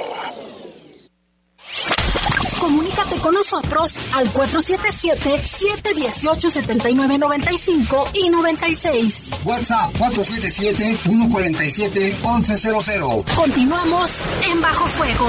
S2: Comunícate con nosotros al cuatro siete siete, siete uno ocho, siete nueve nueve cinco y noventa y seis.
S1: WhatsApp cuatro siete siete, uno cuatro siete, once cero cero.
S2: Continuamos en Bajo Fuego.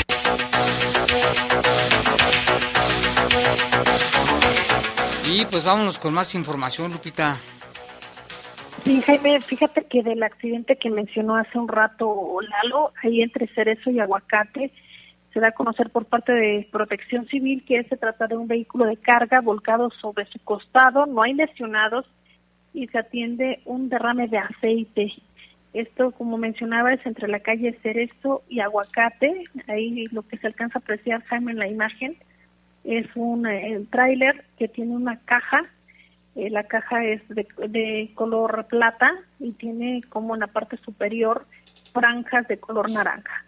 S3: Y pues vámonos con más información, Lupita.
S4: Sí, Jaime, fíjate que del accidente que mencionó hace un rato Lalo, ahí entre Cerezo y Aguacate, se da a conocer por parte de Protección Civil que se trata de un vehículo de carga volcado sobre su costado, no hay lesionados y se atiende un derrame de aceite. Esto, como mencionaba, es entre la calle Cerezo y Aguacate. Ahí lo que se alcanza a apreciar, Jaime, en la imagen es un eh, tráiler que tiene una caja. Eh, la caja es de, de color plata y tiene como en la parte superior franjas de color naranja.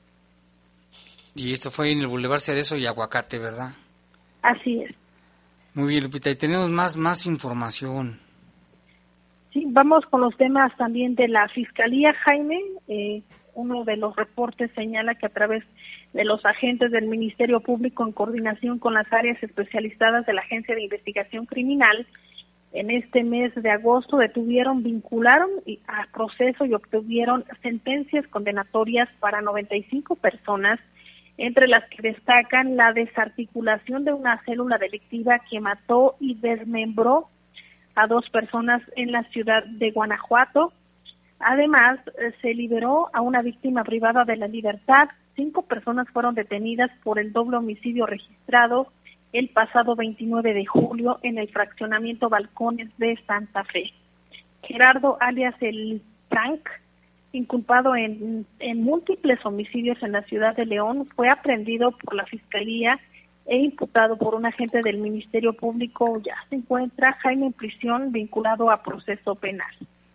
S3: Y esto fue en el Boulevard Cerezo y Aguacate, ¿verdad?
S4: Así es.
S3: Muy bien, Lupita, y tenemos más, más información.
S4: Sí, vamos con los temas también de la Fiscalía, Jaime. Eh, uno de los reportes señala que a través de los agentes del Ministerio Público en coordinación con las áreas especializadas de la Agencia de Investigación Criminal, en este mes de agosto detuvieron, vincularon a proceso y obtuvieron sentencias condenatorias para noventa y cinco personas, entre las que destacan la desarticulación de una célula delictiva que mató y desmembró a dos personas en la ciudad de Guanajuato. Además, se liberó a una víctima privada de la libertad. Cinco personas fueron detenidas por el doble homicidio registrado el pasado veintinueve de julio en el fraccionamiento Balcones de Santa Fe. Gerardo, alias el Tank, inculpado en, en múltiples homicidios en la ciudad de León, fue aprehendido por la Fiscalía e imputado por un agente del Ministerio Público. Ya se encuentra, Jaime, en prisión vinculado a proceso penal.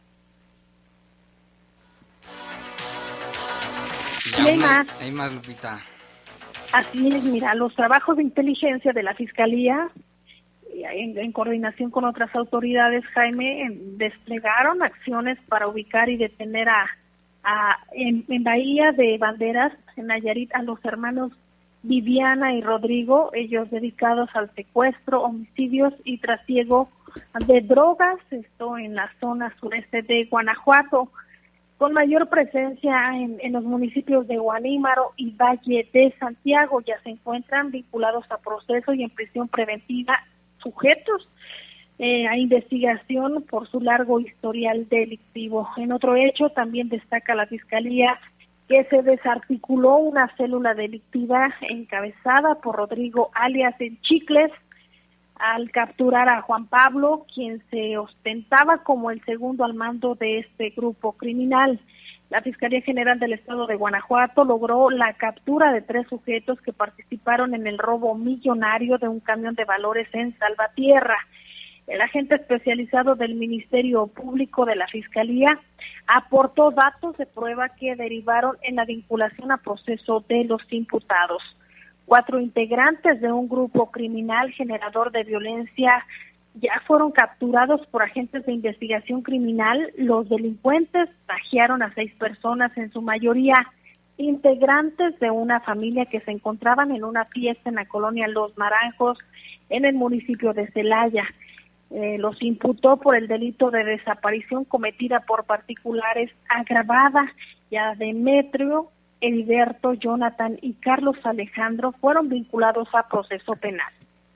S3: Y hay más. Hay más, Lupita.
S4: Así es, mira, los trabajos de inteligencia de la Fiscalía, en, en coordinación con otras autoridades, Jaime, desplegaron acciones para ubicar y detener a a, en, en Bahía de Banderas, en Nayarit, a los hermanos Viviana y Rodrigo, ellos dedicados al secuestro, homicidios y trasiego de drogas, esto en la zona sureste de Guanajuato, con mayor presencia en, en los municipios de Guanímaro y Valle de Santiago. Ya se encuentran vinculados a proceso y en prisión preventiva sujetos eh, a investigación por su largo historial delictivo. En otro hecho, también destaca la Fiscalía que se desarticuló una célula delictiva encabezada por Rodrigo alias El Chicles, al capturar a Juan Pablo, quien se ostentaba como el segundo al mando de este grupo criminal. La Fiscalía General del Estado de Guanajuato logró la captura de tres sujetos que participaron en el robo millonario de un camión de valores en Salvatierra. El agente especializado del Ministerio Público de la Fiscalía aportó datos de prueba que derivaron en la vinculación a proceso de los imputados. Cuatro integrantes de un grupo criminal generador de violencia ya fueron capturados por agentes de investigación criminal. Los delincuentes saquearon a seis personas, en su mayoría integrantes de una familia que se encontraban en una fiesta en la colonia Los Naranjos, en el municipio de Celaya. Eh, los imputó por el delito de desaparición cometida por particulares agravada. Ya Demetrio, Heriberto, Jonathan y Carlos Alejandro fueron vinculados a proceso penal.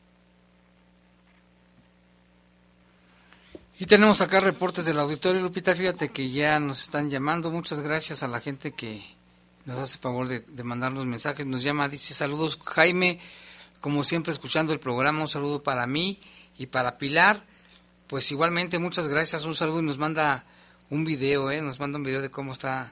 S3: Y tenemos acá reportes del auditorio, Lupita. Fíjate que ya nos están llamando. Muchas gracias a la gente que nos hace favor de, de mandarnos mensajes. Nos llama, dice: saludos Jaime, como siempre escuchando el programa, un saludo para mí y para Pilar. Pues igualmente, muchas gracias, un saludo, y nos manda un video, ¿eh? Nos manda un video de cómo está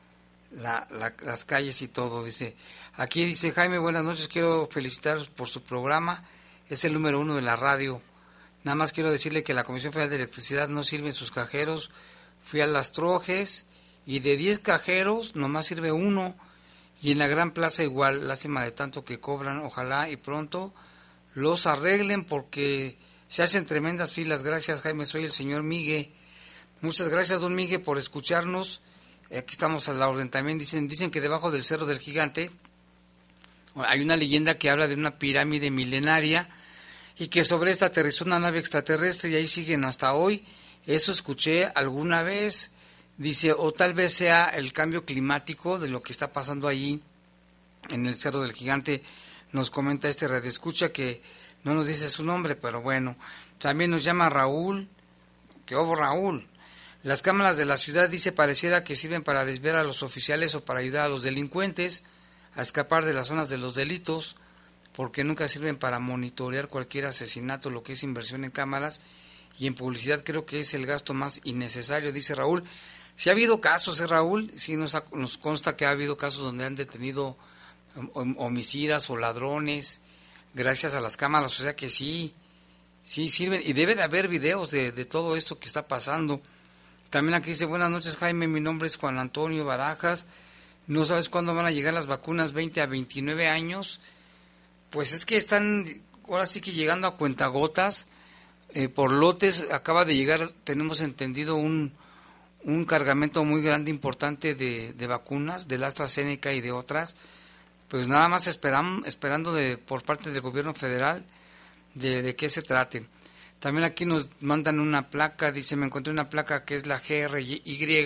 S3: la, la, las calles y todo. Dice, aquí dice: Jaime, buenas noches, quiero felicitaros por su programa, es el número uno de la radio. Nada más quiero decirle que la Comisión Federal de Electricidad no sirve en sus cajeros. Fui a Las Trojes y de diez cajeros nomás sirve uno, y en la Gran Plaza igual. Lástima de tanto que cobran, ojalá y pronto los arreglen porque se hacen tremendas filas. Gracias, Jaime, soy el señor Migue. Muchas gracias, don Migue, por escucharnos. Aquí estamos a la orden. También dicen, dicen que debajo del Cerro del Gigante hay una leyenda que habla de una pirámide milenaria y que sobre esta aterrizó una nave extraterrestre y ahí siguen hasta hoy. Eso escuché alguna vez. Dice, o tal vez sea el cambio climático de lo que está pasando allí en el Cerro del Gigante. Nos comenta este radioescucha que no nos dice su nombre, pero bueno. También nos llama Raúl. ¿Qué hubo, Raúl? Las cámaras de la ciudad, dice, pareciera que sirven para desviar a los oficiales o para ayudar a los delincuentes a escapar de las zonas de los delitos, porque nunca sirven para monitorear cualquier asesinato. Lo que es inversión en cámaras y en publicidad creo que es el gasto más innecesario, dice Raúl. Si ha habido casos, ¿eh, Raúl? Sí, nos, ha, nos consta que ha habido casos donde han detenido homicidas o ladrones gracias a las cámaras, o sea que sí, sí sirven, y debe de haber videos de, de todo esto que está pasando. También aquí dice, buenas noches Jaime, mi nombre es Juan Antonio Barajas, ¿no sabes cuándo van a llegar las vacunas veinte a veintinueve años? Pues es que están ahora sí que llegando a cuentagotas, eh, por lotes. Acaba de llegar, tenemos entendido, un, un cargamento muy grande, importante de, de vacunas, del AstraZeneca y de otras. Pues nada más esperam, esperando de por parte del gobierno federal de, de qué se trate. También aquí nos mandan una placa, dice, me encontré una placa que es la G R Y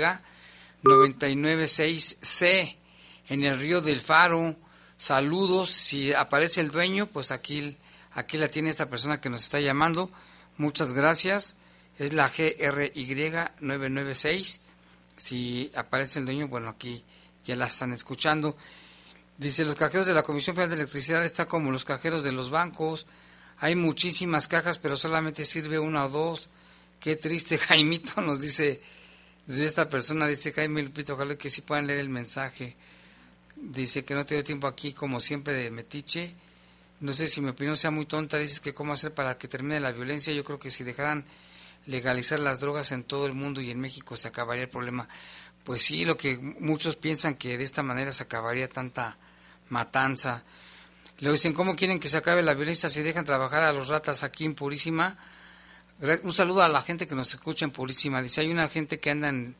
S3: nueve nueve seis C en el Río del Faro. Saludos, si aparece el dueño, pues aquí, aquí la tiene esta persona que nos está llamando. Muchas gracias, es la G R Y nueve nueve seis. Si aparece el dueño, bueno, aquí ya la están escuchando. Dice, los cajeros de la Comisión Federal de Electricidad están como los cajeros de los bancos. Hay muchísimas cajas, pero solamente sirve una o dos. Qué triste, Jaimito, nos dice, desde esta persona, dice Jaime Lupito, ojalá que sí puedan leer el mensaje. Dice que no te dio tiempo aquí, como siempre, de metiche. No sé si mi opinión sea muy tonta. Dices que cómo hacer para que termine la violencia. Yo creo que si dejaran legalizar las drogas en todo el mundo y en México se acabaría el problema. Pues sí, lo que muchos piensan, que de esta manera se acabaría tanta matanza. Le dicen, ¿cómo quieren que se acabe la violencia si dejan trabajar a los ratas aquí en Purísima? Un saludo a la gente que nos escucha en Purísima. Dice, hay una gente que anda en,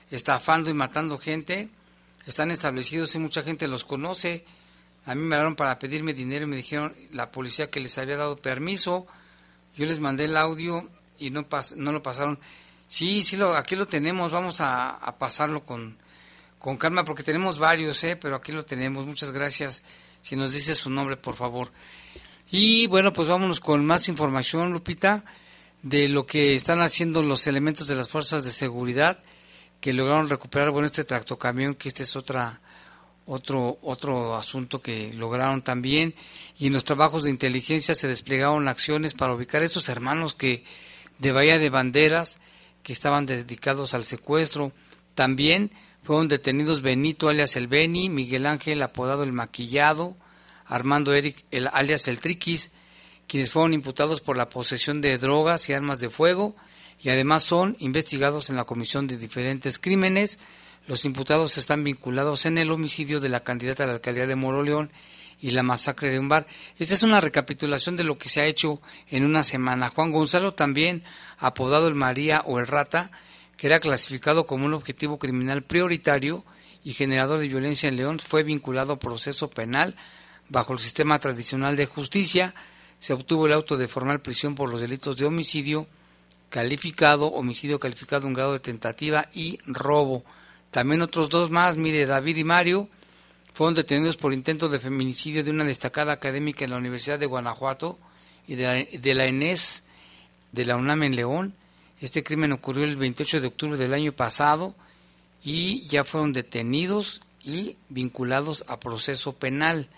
S3: estafando y matando gente. Están establecidos y mucha gente los conoce. A mí me hablaron para pedirme dinero y me dijeron la policía que les había dado permiso. Yo les mandé el audio y no pas, no lo pasaron. Sí, sí, lo, aquí lo tenemos. Vamos a, a pasarlo con, con calma porque tenemos varios, ¿eh? Pero aquí lo tenemos. Muchas gracias. Si nos dice su nombre, por favor. Y bueno, pues vámonos con más información, Lupita, de lo que están haciendo los elementos de las fuerzas de seguridad que lograron recuperar, bueno, este tractocamión, que este es otra otro otro asunto que lograron también, y en los trabajos de inteligencia se desplegaron acciones para ubicar a estos hermanos que de Bahía de Banderas que estaban dedicados al secuestro. También fueron detenidos Benito alias el Beni, Miguel Ángel apodado el Maquillado, Armando Eric el alias el Triquis, quienes fueron imputados por la posesión de drogas y armas de fuego, y además son investigados en la comisión de diferentes crímenes. Los imputados están vinculados en el homicidio de la candidata a la alcaldía de Moroleón y la masacre de un bar. Esta es una recapitulación de lo que se ha hecho en una semana. Juan Gonzalo, también apodado el María o el Rata, que era clasificado como un objetivo criminal prioritario y generador de violencia en León, fue vinculado a proceso penal bajo el sistema tradicional de justicia. Se obtuvo el auto de formal prisión por los delitos de homicidio calificado, homicidio calificado en grado de tentativa y robo. También otros dos más, mire, David y Mario, fueron detenidos por intento de feminicidio de una destacada académica en la Universidad de Guanajuato y de la, de la ENES de la UNAM en León. Este crimen ocurrió el veintiocho de octubre del año pasado y ya fueron detenidos y vinculados a proceso penal.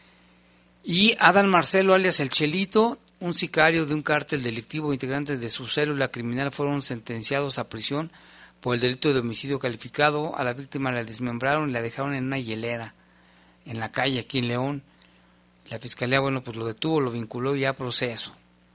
S3: Y Adán Marcelo, alias el Chelito, un sicario de un cártel delictivo, integrantes de su célula criminal, fueron sentenciados a prisión por el delito de homicidio calificado. A la víctima la desmembraron y la dejaron en una hielera en la calle aquí en León. La fiscalía, bueno, pues lo detuvo, lo vinculó ya a proceso.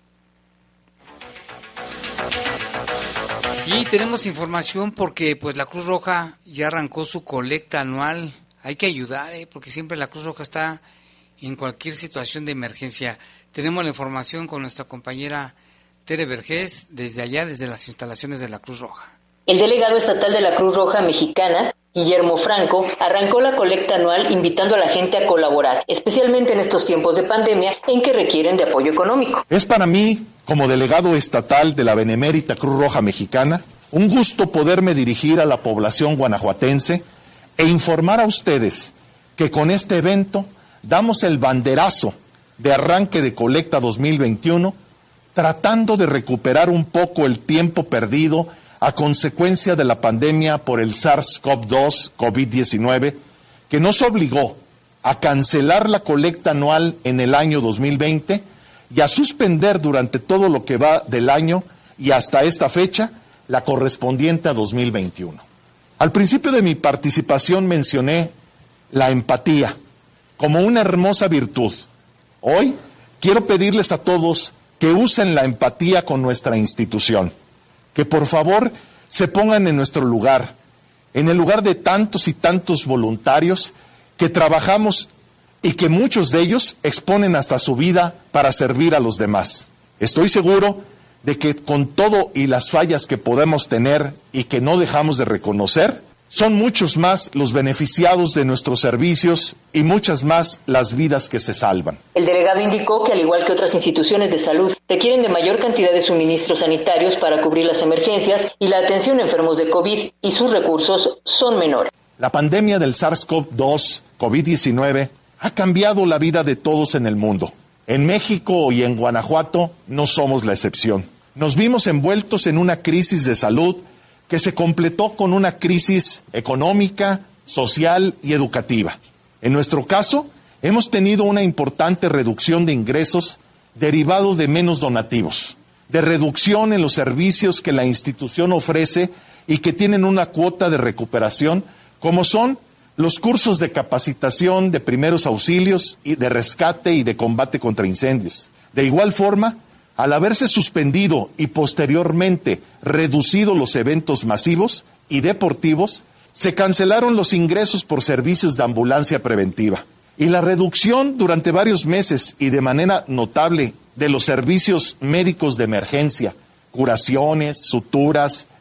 S3: Y tenemos información porque pues la Cruz Roja ya arrancó su colecta anual. Hay que ayudar, ¿eh? Porque siempre la Cruz Roja está en cualquier situación de emergencia. Tenemos la información con nuestra compañera Tere Vergés desde allá, desde las instalaciones de la Cruz Roja.
S8: El delegado estatal de la Cruz Roja Mexicana, Guillermo Franco, arrancó la colecta anual invitando a la gente a colaborar, especialmente en estos tiempos de pandemia en que requieren de apoyo económico.
S10: Es para mí, como delegado estatal de la Benemérita Cruz Roja Mexicana, un gusto poderme dirigir a la población guanajuatense e informar a ustedes que con este evento damos el banderazo de arranque de colecta dos mil veintiuno, tratando de recuperar un poco el tiempo perdido a consecuencia de la pandemia por el SARS-CoV dos, COVID diecinueve, que nos obligó a cancelar la colecta anual en el año dos mil veinte y a suspender durante todo lo que va del año y hasta esta fecha la correspondiente a dos mil veintiuno. Al principio de mi participación mencioné la empatía como una hermosa virtud. Hoy quiero pedirles a todos que usen la empatía con nuestra institución, que por favor se pongan en nuestro lugar, en el lugar de tantos y tantos voluntarios que trabajamos y que muchos de ellos exponen hasta su vida para servir a los demás. Estoy seguro de que con todo y las fallas que podemos tener y que no dejamos de reconocer, son muchos más los beneficiados de nuestros servicios y muchas más las vidas que se salvan.
S8: El delegado indicó que, al igual que otras instituciones de salud, requieren de mayor cantidad de suministros sanitarios para cubrir las emergencias y la atención a enfermos de COVID, y sus recursos son menores.
S10: La pandemia del SARS-CoV dos, COVID diecinueve, ha cambiado la vida de todos en el mundo. En México y en Guanajuato no somos la excepción. Nos vimos envueltos en una crisis de salud que se completó con una crisis económica, social y educativa. En nuestro caso, hemos tenido una importante reducción de ingresos derivado de menos donativos, de reducción en los servicios que la institución ofrece y que tienen una cuota de recuperación, como son los cursos de capacitación de primeros auxilios y de rescate y de combate contra incendios. De igual forma, al haberse suspendido y posteriormente reducido los eventos masivos y deportivos, se cancelaron los ingresos por servicios de ambulancia preventiva. Y la reducción durante varios meses y de manera notable de los servicios médicos de emergencia, curaciones, suturas,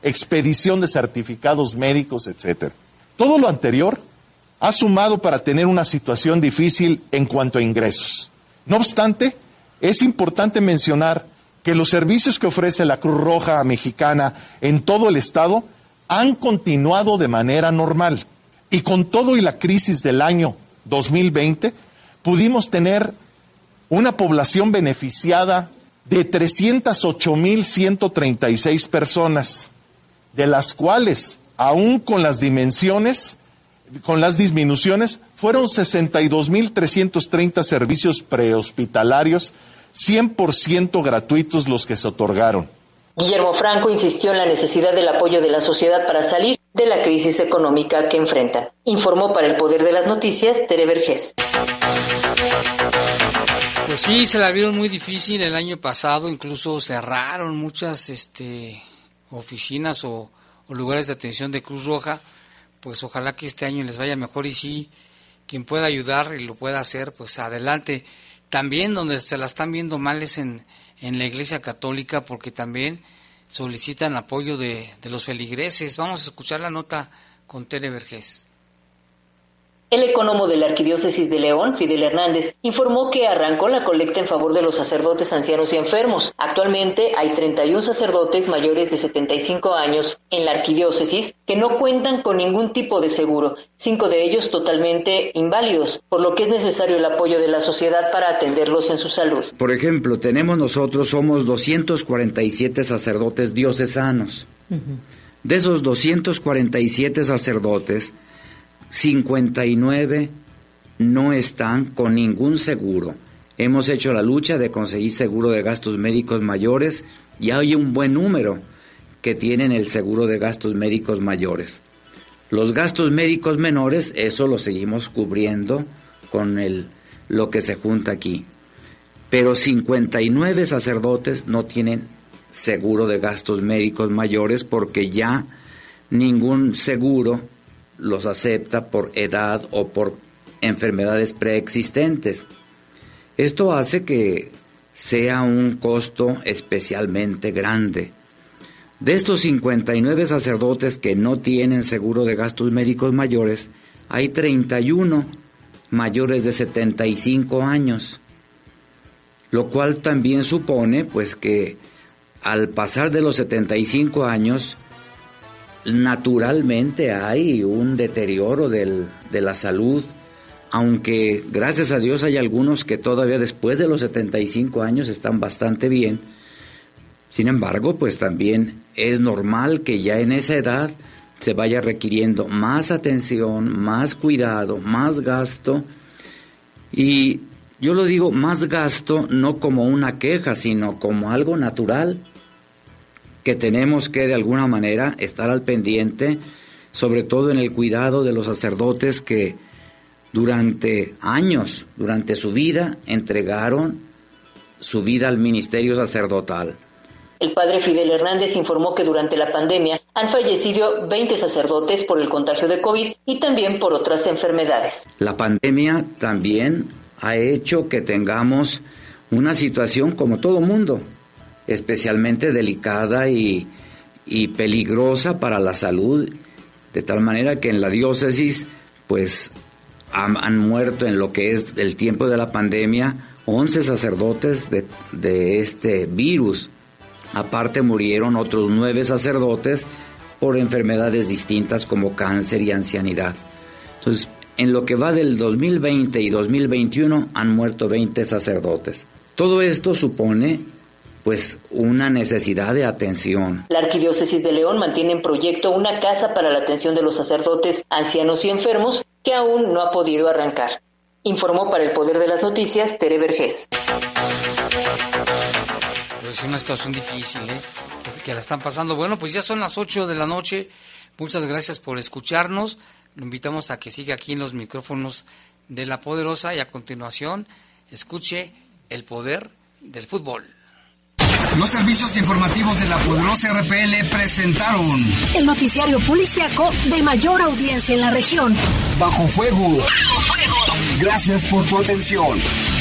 S10: expedición de certificados médicos, etcétera. Todo lo anterior ha sumado para tener una situación difícil en cuanto a ingresos. No obstante, es importante mencionar que los servicios que ofrece la Cruz Roja Mexicana en todo el estado han continuado de manera normal. Y con todo y la crisis del año dos mil veinte, pudimos tener una población beneficiada de trescientas ocho mil ciento treinta y seis personas, de las cuales, aún con las dimensiones, con las disminuciones, fueron sesenta y dos mil trescientos treinta servicios prehospitalarios, cien por ciento gratuitos los que se otorgaron.
S8: Guillermo Franco insistió en la necesidad del apoyo de la sociedad para salir de la crisis económica que enfrentan. Informó para el Poder de las Noticias Tere Vergés.
S3: Pues sí, se la vieron muy difícil el año pasado, incluso cerraron muchas este, oficinas o, o lugares de atención de Cruz Roja. Pues ojalá que este año les vaya mejor y sí, quien pueda ayudar y lo pueda hacer, pues adelante. También donde se la están viendo mal es en, en la Iglesia Católica, porque también solicitan apoyo de, de los feligreses. Vamos a escuchar la nota con Tere Vergés.
S8: El ecónomo de la Arquidiócesis de León, Fidel Hernández, informó que arrancó la colecta en favor de los sacerdotes ancianos y enfermos. Actualmente hay treinta y uno sacerdotes mayores de setenta y cinco años en la Arquidiócesis que no cuentan con ningún tipo de seguro, cinco de ellos totalmente inválidos, por lo que es necesario el apoyo de la sociedad para atenderlos en su salud.
S12: Por ejemplo, tenemos nosotros, somos doscientos cuarenta y siete sacerdotes diocesanos. Uh-huh. De esos doscientos cuarenta y siete sacerdotes, cincuenta y nueve no están con ningún seguro. Hemos hecho la lucha de conseguir seguro de gastos médicos mayores y hay un buen número que tienen el seguro de gastos médicos mayores. Los gastos médicos menores, eso lo seguimos cubriendo con el, lo que se junta aquí. Pero cincuenta y nueve sacerdotes no tienen seguro de gastos médicos mayores porque ya ningún seguro los acepta por edad o por enfermedades preexistentes. Esto hace que sea un costo especialmente grande. De estos cincuenta y nueve sacerdotes que no tienen seguro de gastos médicos mayores, hay treinta y uno mayores de setenta y cinco años, lo cual también supone pues que al pasar de los setenta y cinco años, naturalmente hay un deterioro del, de la salud, aunque gracias a Dios hay algunos que todavía después de los setenta y cinco años están bastante bien. Sin embargo, pues también es normal que ya en esa edad se vaya requiriendo más atención, más cuidado, más gasto, y yo lo digo más gasto no como una queja, sino como algo natural, que tenemos que de alguna manera estar al pendiente, sobre todo en el cuidado de los sacerdotes que durante años, durante su vida, entregaron su vida al ministerio sacerdotal.
S8: El padre Fidel Hernández informó que durante la pandemia han fallecido veinte sacerdotes por el contagio de COVID y también por otras enfermedades.
S12: La pandemia también ha hecho que tengamos una situación como todo mundo, especialmente delicada y, y peligrosa para la salud, de tal manera que en la diócesis pues han, han muerto en lo que es el tiempo de la pandemia once sacerdotes de, de este virus. Aparte murieron otros nueve sacerdotes por enfermedades distintas como cáncer y ancianidad. Entonces, en lo que va del dos mil veinte y dos mil veintiuno han muerto veinte sacerdotes. Todo esto supone pues una necesidad de atención.
S8: La Arquidiócesis de León mantiene en proyecto una casa para la atención de los sacerdotes, ancianos y enfermos que aún no ha podido arrancar. Informó para el Poder de las Noticias Tere Vergés.
S3: Es una situación difícil, ¿eh? Que, que la están pasando. Bueno, pues ya son las ocho de la noche. Muchas gracias por escucharnos. Lo invitamos a que siga aquí en los micrófonos de La Poderosa y a continuación escuche El Poder del Fútbol.
S1: Los servicios informativos de La Poderosa R P L presentaron
S2: el noticiario policiaco de mayor audiencia en la región.
S1: Bajo Fuego. Bajo Fuego. Gracias por tu atención.